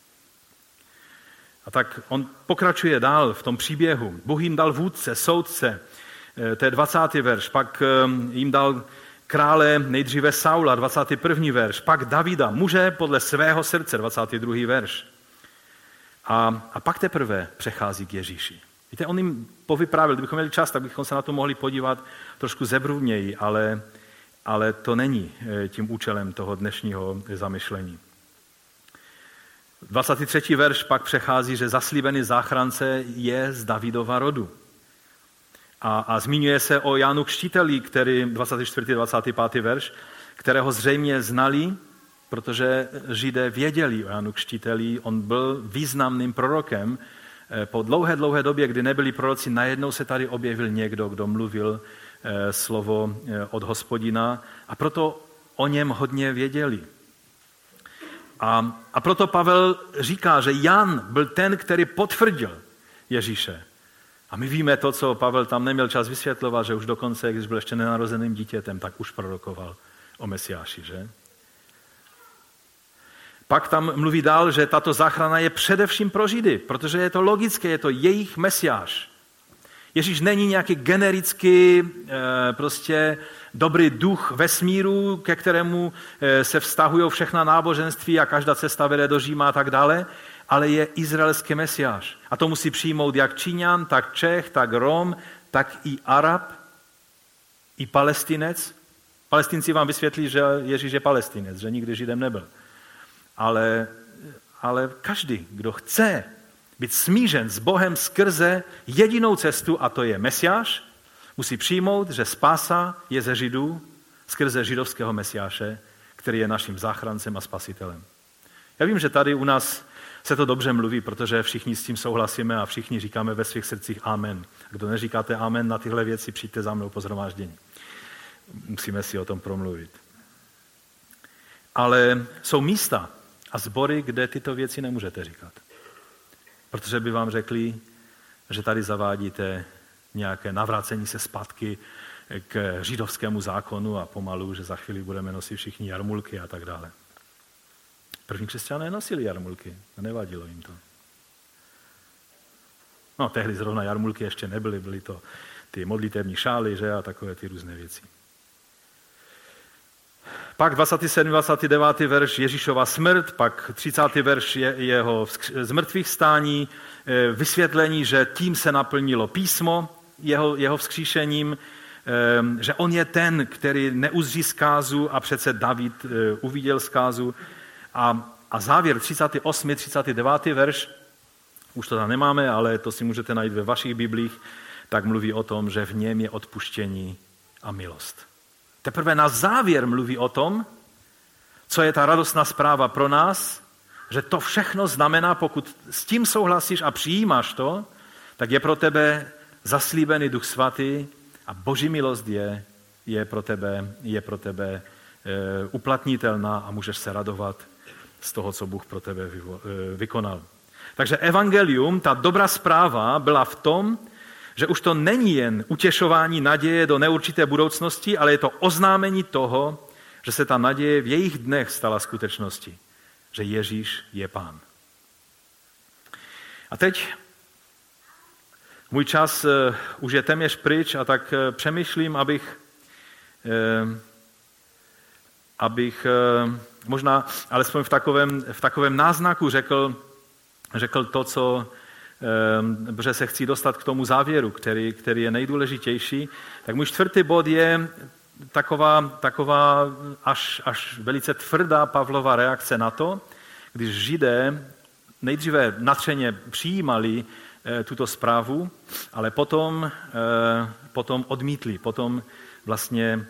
A tak on pokračuje dál v tom příběhu. Bůh jim dal vůdce, soudce, to je dvacátý verš, pak jim dal krále nejdříve Saula, dvacátý první verš, pak Davida, muže podle svého srdce, dvacátý druhý verš. A, a pak teprve přechází k Ježíši. Víte, on jim povyprávěl, kdybychom měli čas, tak bychom se na to mohli podívat trošku zevrubněji, ale, ale to není tím účelem toho dnešního zamyšlení. dvacátý třetí verš pak přechází, že zaslíbený záchránce je z Davidova rodu. A, a zmiňuje se o Jánu Křtiteli, který, dvacátý čtvrtý dvacátý pátý verš, kterého zřejmě znali, protože Židé věděli o Jánu Křtiteli, on byl významným prorokem. Po dlouhé, dlouhé době, kdy nebyli proroci, najednou se tady objevil někdo, kdo mluvil eh, slovo eh, od Hospodina a proto o něm hodně věděli. A, a proto Pavel říká, že Jan byl ten, který potvrdil Ježíše. A my víme to, co Pavel tam neměl čas vysvětlovat, že už dokonce, když byl ještě nenarozeným dítětem, tak už prorokoval o Mesiáši, že? Pak tam mluví dál, že tato záchrana je především pro Židy, protože je to logické, je to jejich Mesiáš. Ježíš není nějaký generický prostě dobrý duch vesmíru, ke kterému se vztahují všechna náboženství a každá cesta vede do Říma a tak dále, ale je izraelský Mesiáš. A to musí přijmout jak Číňan, tak Čech, tak Rom, tak i Arab, i Palestinec. Palestinci vám vysvětlí, že Ježíš je Palestinec, že nikdy Židem nebyl. Ale, ale každý, kdo chce být smířen s Bohem skrze jedinou cestu, a to je Mesiáš, musí přijmout, že spása je ze Židů skrze židovského Mesiáše, který je naším záchrancem a spasitelem. Já vím, že tady u nás se to dobře mluví, protože všichni s tím souhlasíme a všichni říkáme ve svých srdcích amen. Kdo neříkáte amen na tyhle věci, přijďte za mnou po shromáždění. Musíme si o tom promluvit. Ale jsou místa a sbory, kde tyto věci nemůžete říkat. Protože by vám řekli, že tady zavádíte nějaké navrácení se zpátky k židovskému zákonu a pomalu, že za chvíli budeme nosit všichni jarmulky a tak dále. První křesťané nosili jarmulky a nevadilo jim to. No, tehdy zrovna jarmulky ještě nebyly, byly to ty modlitevní šály, že, a takové ty různé věci. Pak dvacátý sedmý dvacátý devátý verš Ježíšova smrt, pak třicátý verš je jeho zmrtvých stání, vysvětlení, že tím se naplnilo písmo jeho, jeho vzkříšením, že on je ten, který neuzří zkázu a přece David uviděl zkázu. A, a závěr třicátý osmý třicátý devátý verš, už to tam nemáme, ale to si můžete najít ve vašich biblích, tak mluví o tom, že v něm je odpuštění a milost. Teprve na závěr mluví o tom, co je ta radostná zpráva pro nás, že to všechno znamená, pokud s tím souhlasíš a přijímáš to, tak je pro tebe zaslíbený Duch Svatý a Boží milost je, je pro tebe, je pro tebe e, uplatnitelná a můžeš se radovat z toho, co Bůh pro tebe vyvo, e, vykonal. Takže evangelium, ta dobrá zpráva byla v tom, že už to není jen utěšování naděje do neurčité budoucnosti, ale je to oznámení toho, že se ta naděje v jejich dnech stala skutečností, že Ježíš je Pán. A teď můj čas uh, už je téměř pryč a tak uh, přemýšlím, abych, uh, abych uh, možná alespoň v takovém, v takovém náznaku řekl, řekl to, co, uh, že se chci dostat k tomu závěru, který, který je nejdůležitější. Tak můj čtvrtý bod je taková, taková až, až velice tvrdá Pavlova reakce na to, když Židé nejdříve natřeně přijímali e, tuto zprávu, ale potom, e, potom odmítli, potom vlastně e,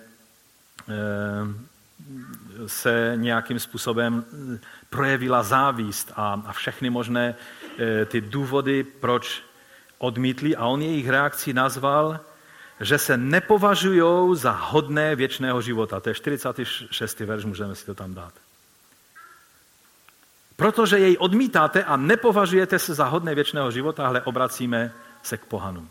se nějakým způsobem projevila závist a, a všechny možné e, ty důvody, proč odmítli, a on jejich reakci nazval, že se nepovažují za hodné věčného života. To je čtyřicátý šestý verš, můžeme si to tam dát. Protože jej odmítáte a nepovažujete se za hodné věčného života, ale obracíme se k pohanům.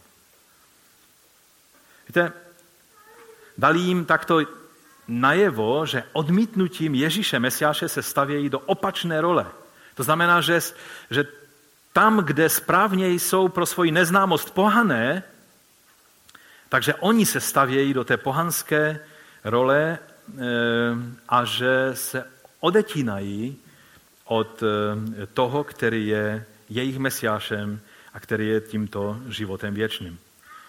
Víte, dali jim takto najevo, že odmítnutím Ježíše Mesiáše se stavějí do opačné role. To znamená, že, že tam, kde správně jsou pro svoji neznámost pohané, takže oni se stavějí do té pohanské role a že se odetínají od toho, který je jejich Mesiášem a který je tímto životem věčným.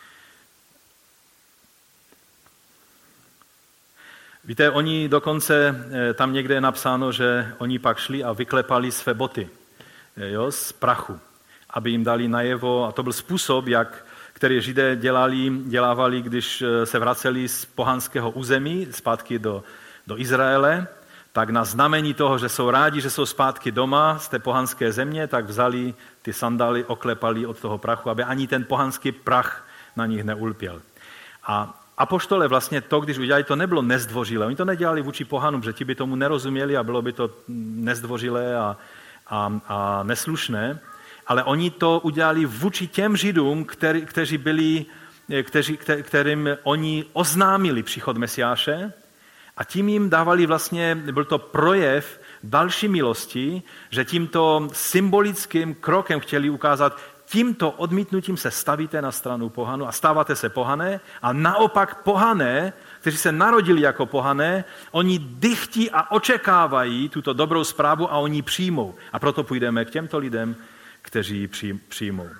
Víte, oni dokonce, tam někde je napsáno, že oni pak šli a vyklepali své boty, jo, z prachu, aby jim dali najevo, a to byl způsob, jak, který Židé dělali, dělávali, když se vraceli z pohanského území zpátky do, do Izraele, tak na znamení toho, že jsou rádi, že jsou zpátky doma z té pohanské země, tak vzali ty sandály, oklepali od toho prachu, aby ani ten pohanský prach na nich neulpěl. A apoštole vlastně to, když udělali, to nebylo nezdvořilé. Oni to nedělali vůči pohanům, že ti by tomu nerozuměli a bylo by to nezdvořilé a, a, a neslušné, ale oni to udělali vůči těm Židům, který, kteří byli, kteří, kterým oni oznámili příchod Mesiáše, a tím jim dávali vlastně, byl to projev další milosti, že tímto symbolickým krokem chtěli ukázat, tímto odmítnutím se stavíte na stranu pohanu a stáváte se pohané, a naopak pohané, kteří se narodili jako pohané, oni dychtí a očekávají tuto dobrou zprávu a oni přijmou. A proto půjdeme k těmto lidem, kteří přijmou.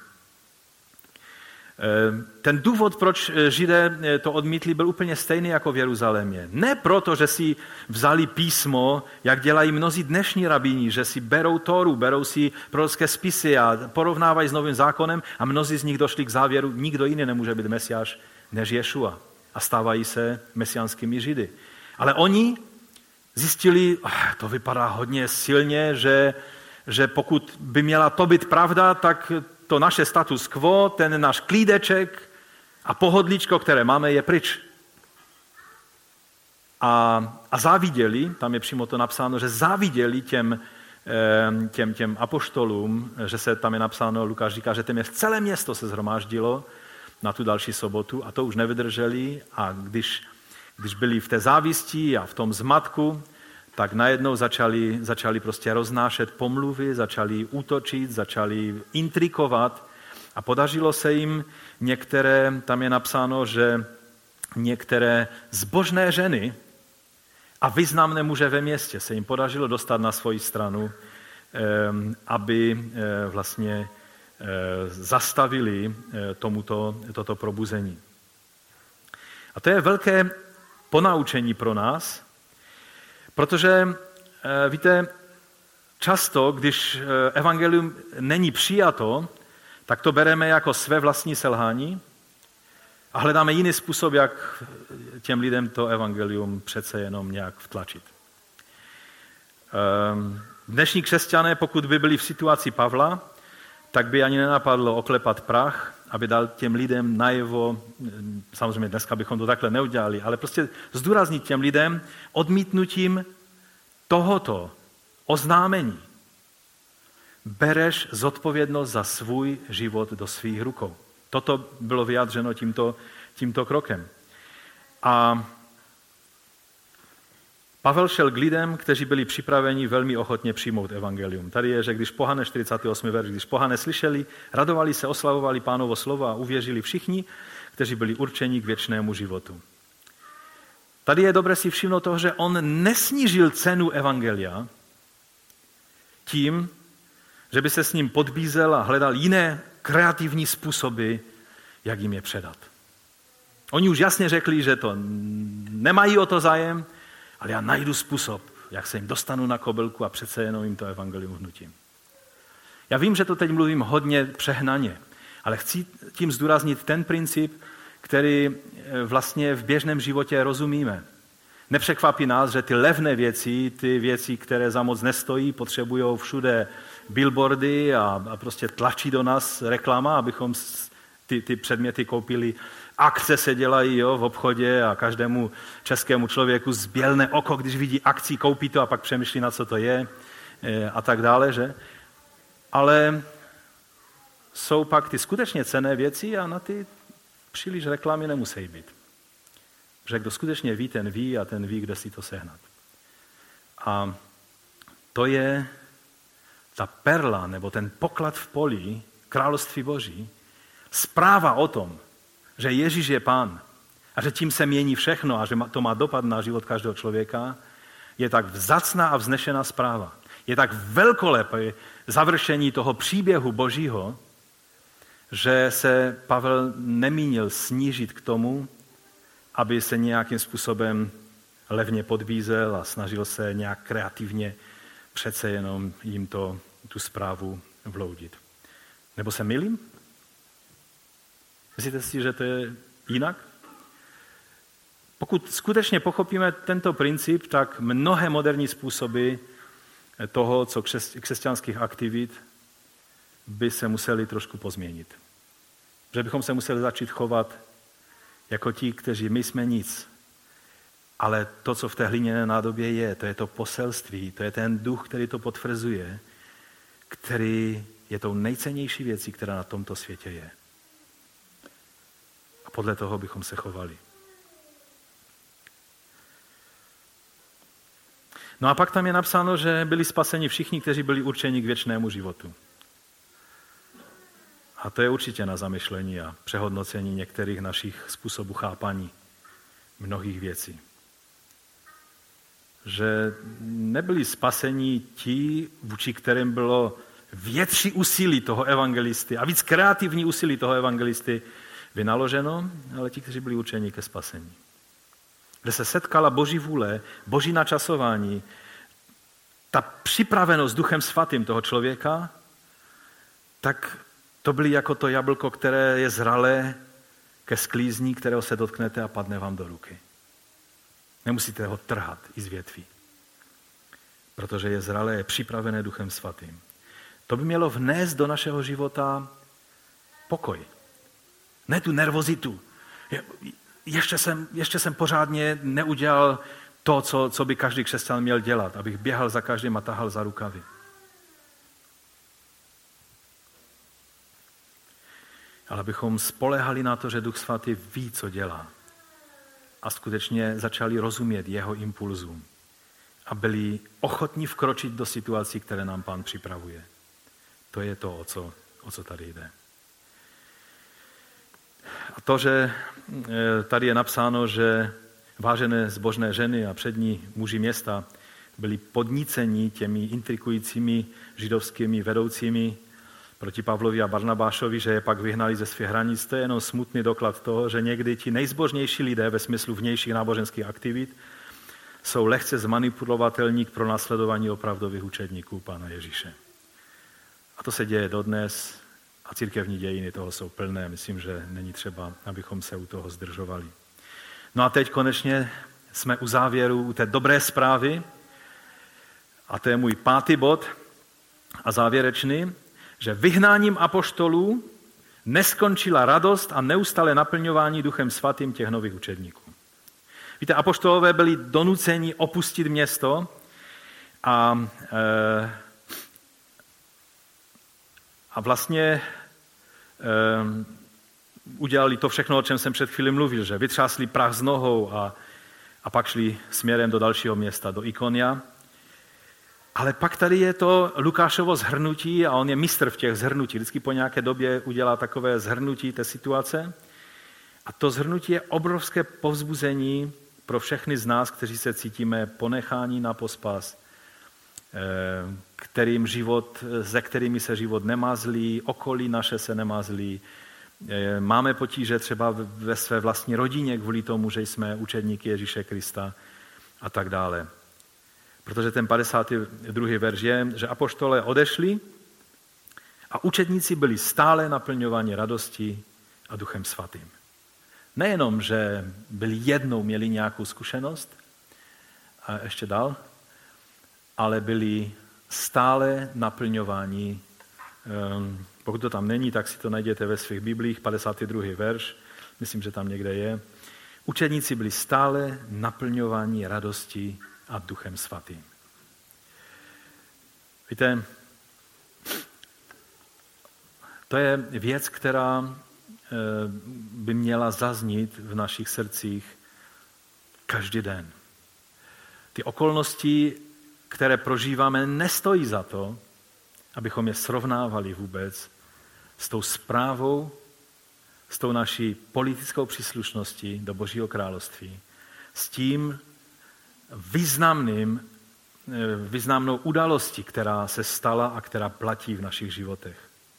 Ten důvod, proč Židé to odmítli, byl úplně stejný jako v Jeruzalémě. Ne proto, že si vzali písmo, jak dělají mnozí dnešní rabíni, že si berou Tóru, berou si prorocké spisy a porovnávají s Novým zákonem, a mnozí z nich došli k závěru, nikdo jiný nemůže být Mesiáš než Ješua, a stávají se mesiánskými Židy. Ale oni zjistili, to vypadá hodně silně, že, že pokud by měla to být pravda, tak to naše status quo, ten náš klídeček a pohodlíčko, které máme, je pryč. A, a záviděli, tam je přímo to napsáno, že záviděli těm, těm, těm apoštolům, že se tam je napsáno, Lukáš říká, že téměř celé město se shromáždilo na tu další sobotu, a to už nevydrželi, a když, když byli v té závisti a v tom zmatku, tak najednou začali, začali prostě roznášet pomluvy, začali útočit, začali intrikovat, a podařilo se jim některé, tam je napsáno, že některé zbožné ženy a významné muže ve městě se jim podařilo dostat na svoji stranu, aby vlastně zastavili tomuto, toto probuzení. A to je velké ponaučení pro nás, protože, víte, často, když evangelium není přijato, tak to bereme jako své vlastní selhání a hledáme jiný způsob, jak těm lidem to evangelium přece jenom nějak vtlačit. Dnešní křesťané, pokud by byli v situaci Pavla, tak by ani nenapadlo oklepat prach, aby dal těm lidem najevo, samozřejmě dneska bychom to takhle neudělali, ale prostě zdůraznit těm lidem odmítnutím tohoto oznámení. Bereš zodpovědnost za svůj život do svých rukou. Toto bylo vyjádřeno tímto, tímto krokem. A Pavel šel k lidem, kteří byli připraveni velmi ochotně přijmout evangelium. Tady je, že když pohané, čtyřicátý osmý verš, když pohané slyšeli, radovali se, oslavovali Pánovo slovo a uvěřili všichni, kteří byli určeni k věčnému životu. Tady je dobré si všimnout toho, že on nesnížil cenu evangelia tím, že by se s ním podbízel a hledal jiné kreativní způsoby, jak jim je předat. Oni už jasně řekli, že to nemají o to zájem, ale já najdu způsob, jak se jim dostanu na kobylku a přece jenom jim to evangelium vnutím. Já vím, že to teď mluvím hodně přehnaně, ale chci tím zdůraznit ten princip, který vlastně v běžném životě rozumíme. Nepřekvapí nás, že ty levné věci, ty věci, které za moc nestojí, potřebují všude billboardy a, a prostě tlačí do nás reklama, abychom ty, ty předměty koupili. Akce se dělají jo, v obchodě a každému českému člověku zbělne oko, když vidí akci, koupí to a pak přemýšlí, na co to je a tak dále. Že? Ale jsou pak ty skutečně cenné věci a na ty příliš reklamy nemusí být. Že kdo skutečně ví, ten ví a ten ví, kde si to sehnat. A to je ta perla, nebo ten poklad v poli království Boží, zpráva o tom, že Ježíš je Pán a že tím se mění všechno a že to má dopad na život každého člověka, je tak vzácná a vznešená zpráva. Je tak velkolepé završení toho příběhu Božího, že se Pavel nemínil snížit k tomu, aby se nějakým způsobem levně podbízel a snažil se nějak kreativně přece jenom jim to, tu zprávu vloudit. Nebo se mylím? Myslíte si, že to je jinak? Pokud skutečně pochopíme tento princip, tak mnohé moderní způsoby toho, co křesťanských aktivit, by se museli trošku pozměnit. Že bychom se museli začít chovat jako ti, kteří my jsme nic. Ale to, co v té hliněné nádobě je, to je to poselství, to je ten duch, který to potvrzuje, který je tou nejcennější věcí, která na tomto světě je. A podle toho bychom se chovali. No a pak tam je napsáno, že byli spaseni všichni, kteří byli určeni k věčnému životu. A to je určitě na zamyšlení a přehodnocení některých našich způsobů chápaní mnohých věcí. Že nebyli spaseni ti, vůči kterým bylo větší úsilí toho evangelisty a víc kreativní úsilí toho evangelisty vynaloženo, ale ti, kteří byli určeni ke spasení. Kde se setkala Boží vůle, Boží načasování, ta připravenost Duchem Svatým toho člověka, tak to byly jako to jablko, které je zralé ke sklízní, kterého se dotknete a padne vám do ruky. Nemusíte ho trhat i z větví, protože je zralé, je připravené Duchem Svatým. To by mělo vnést do našeho života pokoj. Ne tu nervozitu. Ještě jsem, ještě jsem pořádně neudělal to, co, co by každý křesťan měl dělat, abych běhal za každým a tahal za rukavy. Ale abychom spolehali na to, že Duch Svatý ví, co dělá. A skutečně začali rozumět jeho impulzům. A byli ochotní vkročit do situací, které nám Pán připravuje. To je to, o co, o co tady jde. A to, že tady je napsáno, že vážené zbožné ženy a přední muži města byli podníceni těmi intrikujícími židovskými vedoucími proti Pavlovi a Barnabášovi, že je pak vyhnali ze svých hranic, to je jenom smutný doklad toho, že někdy ti nejzbožnější lidé ve smyslu vnějších náboženských aktivit jsou lehce zmanipulovatelní k pronásledování opravdových učedníků Pána Ježíše. A to se děje dodnes a církevní dějiny toho jsou plné. Myslím, že není třeba, abychom se u toho zdržovali. No a teď konečně jsme u závěru, u té dobré zprávy a to je můj pátý bod a závěrečný, že vyhnáním apoštolů neskončila radost a neustále naplňování Duchem Svatým těch nových učedníků. Víte, apoštolové byli donuceni opustit město a, e, a vlastně e, udělali to všechno, o čem jsem před chvíli mluvil, že vytřásli prach z nohou a, a pak šli směrem do dalšího města, do Ikonia. Ale pak tady je to Lukášovo shrnutí a on je mistr v těch shrnutí. Vždycky po nějaké době udělá takové shrnutí té situace. A to shrnutí je obrovské povzbuzení pro všechny z nás, kteří se cítíme ponecháni na pospas, kterým život, se kterými se život nemazlí, okolí naše se nemazlí. Máme potíže třeba ve své vlastní rodině kvůli tomu, že jsme učedníky Ježíše Krista a tak dále. Protože ten padesátý druhý verš je, že apoštolé odešli a učedníci byli stále naplňováni radostí a Duchem Svatým. Nejenom, že byli jednou, měli nějakou zkušenost a ještě dál, ale byli stále naplňováni. Pokud to tam není, tak si to najděte ve svých biblích, padesátý druhý verš, myslím, že tam někde je. Učedníci byli stále naplňováni radostí a Duchem Svatým. Víte, to je věc, která by měla zaznít v našich srdcích každý den. Ty okolnosti, které prožíváme, nestojí za to, abychom je srovnávali vůbec s tou zprávou, s tou naší politickou příslušností do Božího království, s tím významným, významnou událostí, která se stala a která platí v našich životech.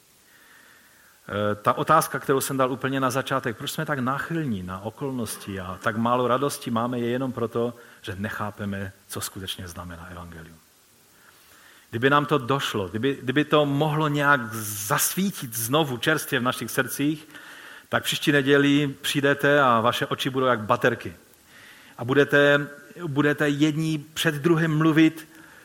Ta otázka, kterou jsem dal úplně na začátek, proč jsme tak náchylní na okolnosti a tak málo radosti máme, je jenom proto, že nechápeme, co skutečně znamená evangelium. Kdyby nám to došlo, kdyby, kdyby to mohlo nějak zasvítit znovu čerstvě v našich srdcích, tak příští neděli přijdete a vaše oči budou jak baterky. A budete, budete jedni před druhým mluvit,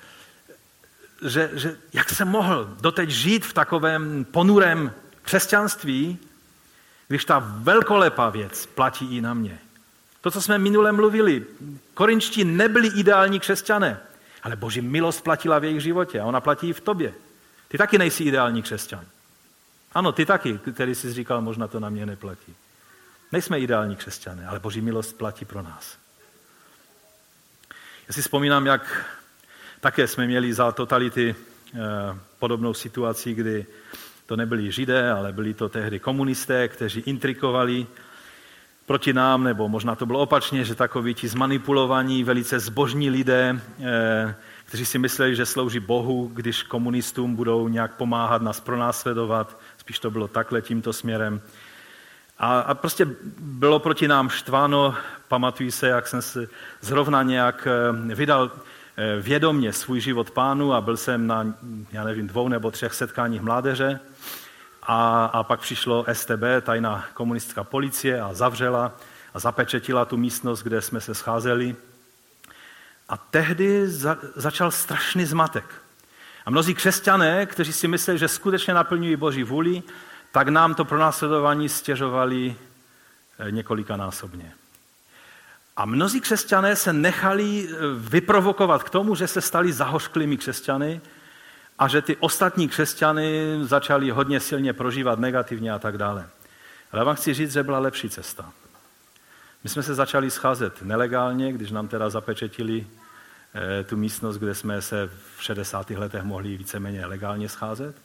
že, že jak jsem mohl doteď žít v takovém ponurém křesťanství, když ta velkolepá věc platí i na mě. To, co jsme minule mluvili, Korinčtí nebyli ideální křesťané, ale Boží milost platila v jejich životě a ona platí i v tobě. Ty taky nejsi ideální křesťan. Ano, ty taky, který jsi říkal, možná to na mě neplatí. Nejsme ideální křesťané, ale Boží milost platí pro nás. Já si vzpomínám, jak také jsme měli za totality eh, podobnou situaci, kdy to nebyli Židé, ale byli to tehdy komunisté, kteří intrikovali proti nám, nebo možná to bylo opačně, že takoví ti zmanipulovaní, velice zbožní lidé, eh, kteří si mysleli, že slouží Bohu, když komunistům budou nějak pomáhat nás pronásledovat. Spíš to bylo takhle tímto směrem. A, a prostě bylo proti nám štváno. Pamatuji se, jak jsem se zrovna nějak vydal vědomě svůj život Pánu a byl jsem na, já nevím, dvou nebo třech setkáních mládeře. A, a pak přišlo S T B, tajná komunistická policie, a zavřela a zapečetila tu místnost, kde jsme se scházeli. A tehdy za, začal strašný zmatek. A mnozí křesťané, kteří si mysleli, že skutečně naplňují Boží vůli, tak nám to pronásledování stěžovali několikanásobně. A mnozí křesťané se nechali vyprovokovat k tomu, že se stali zahořklými křesťany a že ty ostatní křesťany začali hodně silně prožívat negativně a tak dále. Ale já vám chci říct, že byla lepší cesta. My jsme se začali scházet nelegálně, když nám teda zapečetili tu místnost, kde jsme se v šedesátých letech mohli víceméně legálně scházet.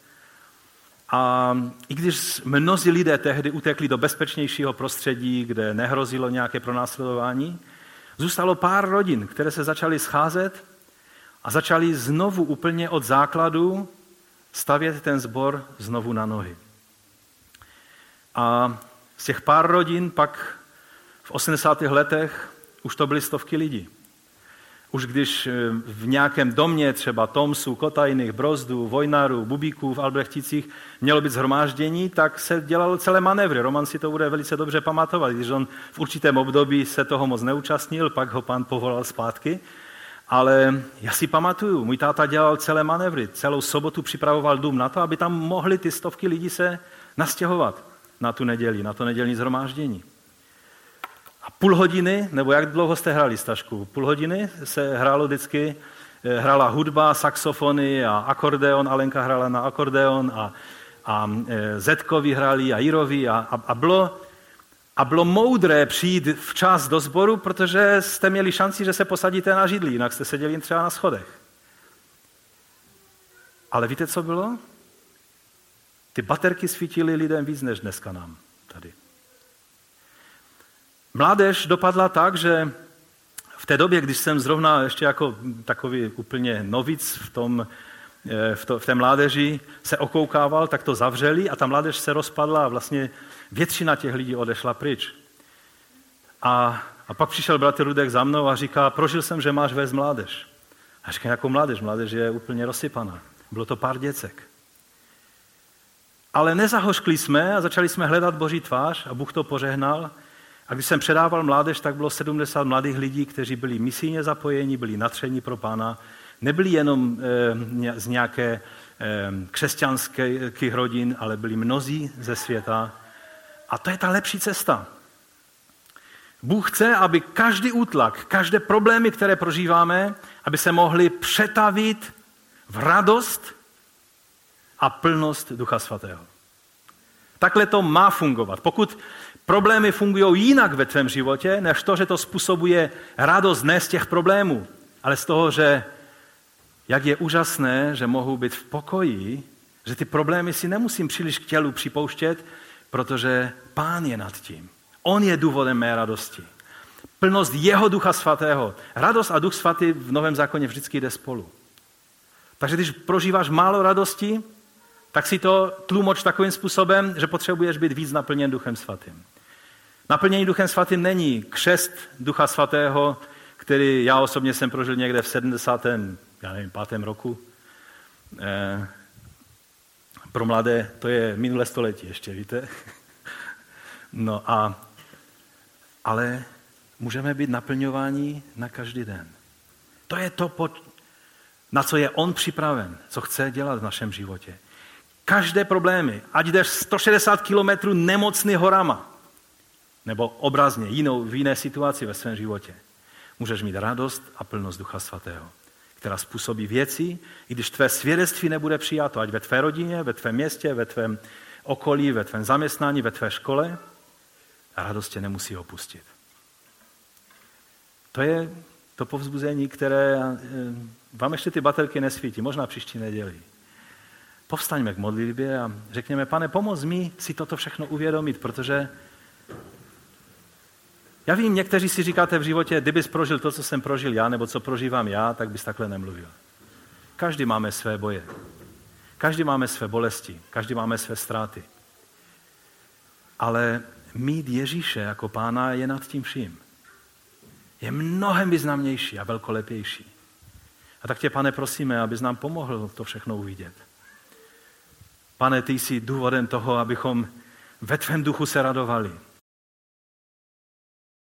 A i když mnozí lidé tehdy utekli do bezpečnějšího prostředí, kde nehrozilo nějaké pronásledování, zůstalo pár rodin, které se začaly scházet a začali znovu úplně od základu stavět ten sbor znovu na nohy. A z těch pár rodin pak v osmdesátých letech už to byly stovky lidí. Už když v nějakém domě, třeba Tomsů, Kotajných, Brozdů, Vojnarů, Bubíků v Albrechticích mělo být shromáždění, tak se dělalo celé manévry. Roman si to bude velice dobře pamatovat, když on v určitém období se toho moc neúčastnil, pak ho Pán povolal zpátky. Ale já si pamatuju, můj táta dělal celé manévry, celou sobotu připravoval dům na to, aby tam mohly ty stovky lidí se nastěhovat na tu neděli, na to nedělní shromáždění. A půl hodiny, nebo jak dlouho jste hráli, Stašku? Půl hodiny se hrálo vždycky, hrála hudba, saxofony a akordeon, Alenka hrála na akordeon a, a Zetkovi hráli a Jirovi a, a, a bylo A bylo moudré přijít včas do sboru, protože jste měli šanci, že se posadíte na židli, jinak jste seděli třeba na schodech. Ale víte, co bylo? Ty baterky svítily lidem víc než dneska nám tady. Mládež dopadla tak, že v té době, když jsem zrovna ještě jako takový úplně novic v, tom, v, to, v té mládeži se okoukával, tak to zavřeli a ta mládež se rozpadla a vlastně většina těch lidí odešla pryč. A, a pak přišel bratr Rudek za mnou a říká, prožil jsem, že máš vést mládež. A říká, jako mládež, mládež je úplně rozsypaná. Bylo to pár děcek. Ale nezahořkli jsme a začali jsme hledat Boží tvář a Bůh to požehnal. A když jsem předával mládež, tak bylo sedmdesát mladých lidí, kteří byli misijně zapojeni, byli natření pro Pána. Nebyli jenom e, z nějaké e, křesťanských rodin, ale byli mnozí ze světa. A to je ta lepší cesta. Bůh chce, aby každý útlak, každé problémy, které prožíváme, aby se mohly přetavit v radost a plnost Ducha Svatého. Takhle to má fungovat. Pokud problémy fungují jinak ve tvém životě, než to, že to způsobuje radost ne z těch problémů, ale z toho, že jak je úžasné, že mohu být v pokoji, že ty problémy si nemusím příliš k tělu připouštět, protože Pán je nad tím. On je důvodem mé radosti. Plnost jeho Ducha Svatého. Radost a Duch Svatý v Novém zákoně vždycky jde spolu. Takže když prožíváš málo radosti, tak si to tlumoč takovým způsobem, že potřebuješ být víc naplněn Duchem Svatým. Naplnění Duchem Svatým není křest Ducha Svatého, který já osobně jsem prožil někde v sedmdesátém Já nevím, pátém roku. Eh, pro mladé to je minulé století ještě, víte? No a, ale můžeme být naplňováni na každý den. To je to, na co je on připraven, co chce dělat v našem životě. Každé problémy, ať jdeš sto šedesát kilometrů nemocný horama, nebo obrazně jinou, v jiné situaci ve svém životě, můžeš mít radost a plnost Ducha Svatého, která způsobí věci, i když tvé svědectví nebude přijato, ať ve tvé rodině, ve tvém městě, ve tvém okolí, ve tvém zaměstnání, ve tvé škole, a radost tě nemusí opustit. To je to povzbuzení, které vám ještě ty baterky nesvítí, možná příští neděli. Povstaňme k modlitbě a řekněme, Pane, pomoz mi si toto všechno uvědomit, protože já vím, někteří si říkáte v životě, kdybys prožil to, co jsem prožil já, nebo co prožívám já, tak bys takhle nemluvil. Každý máme své boje. Každý máme své bolesti. Každý máme své ztráty. Ale mít Ježíše jako Pána je nad tím vším. Je mnohem významnější a velkolepější. A tak tě, Pane, prosíme, abys nám pomohl to všechno uvidět. Pane, ty jsi důvodem toho, abychom ve tvém duchu se radovali.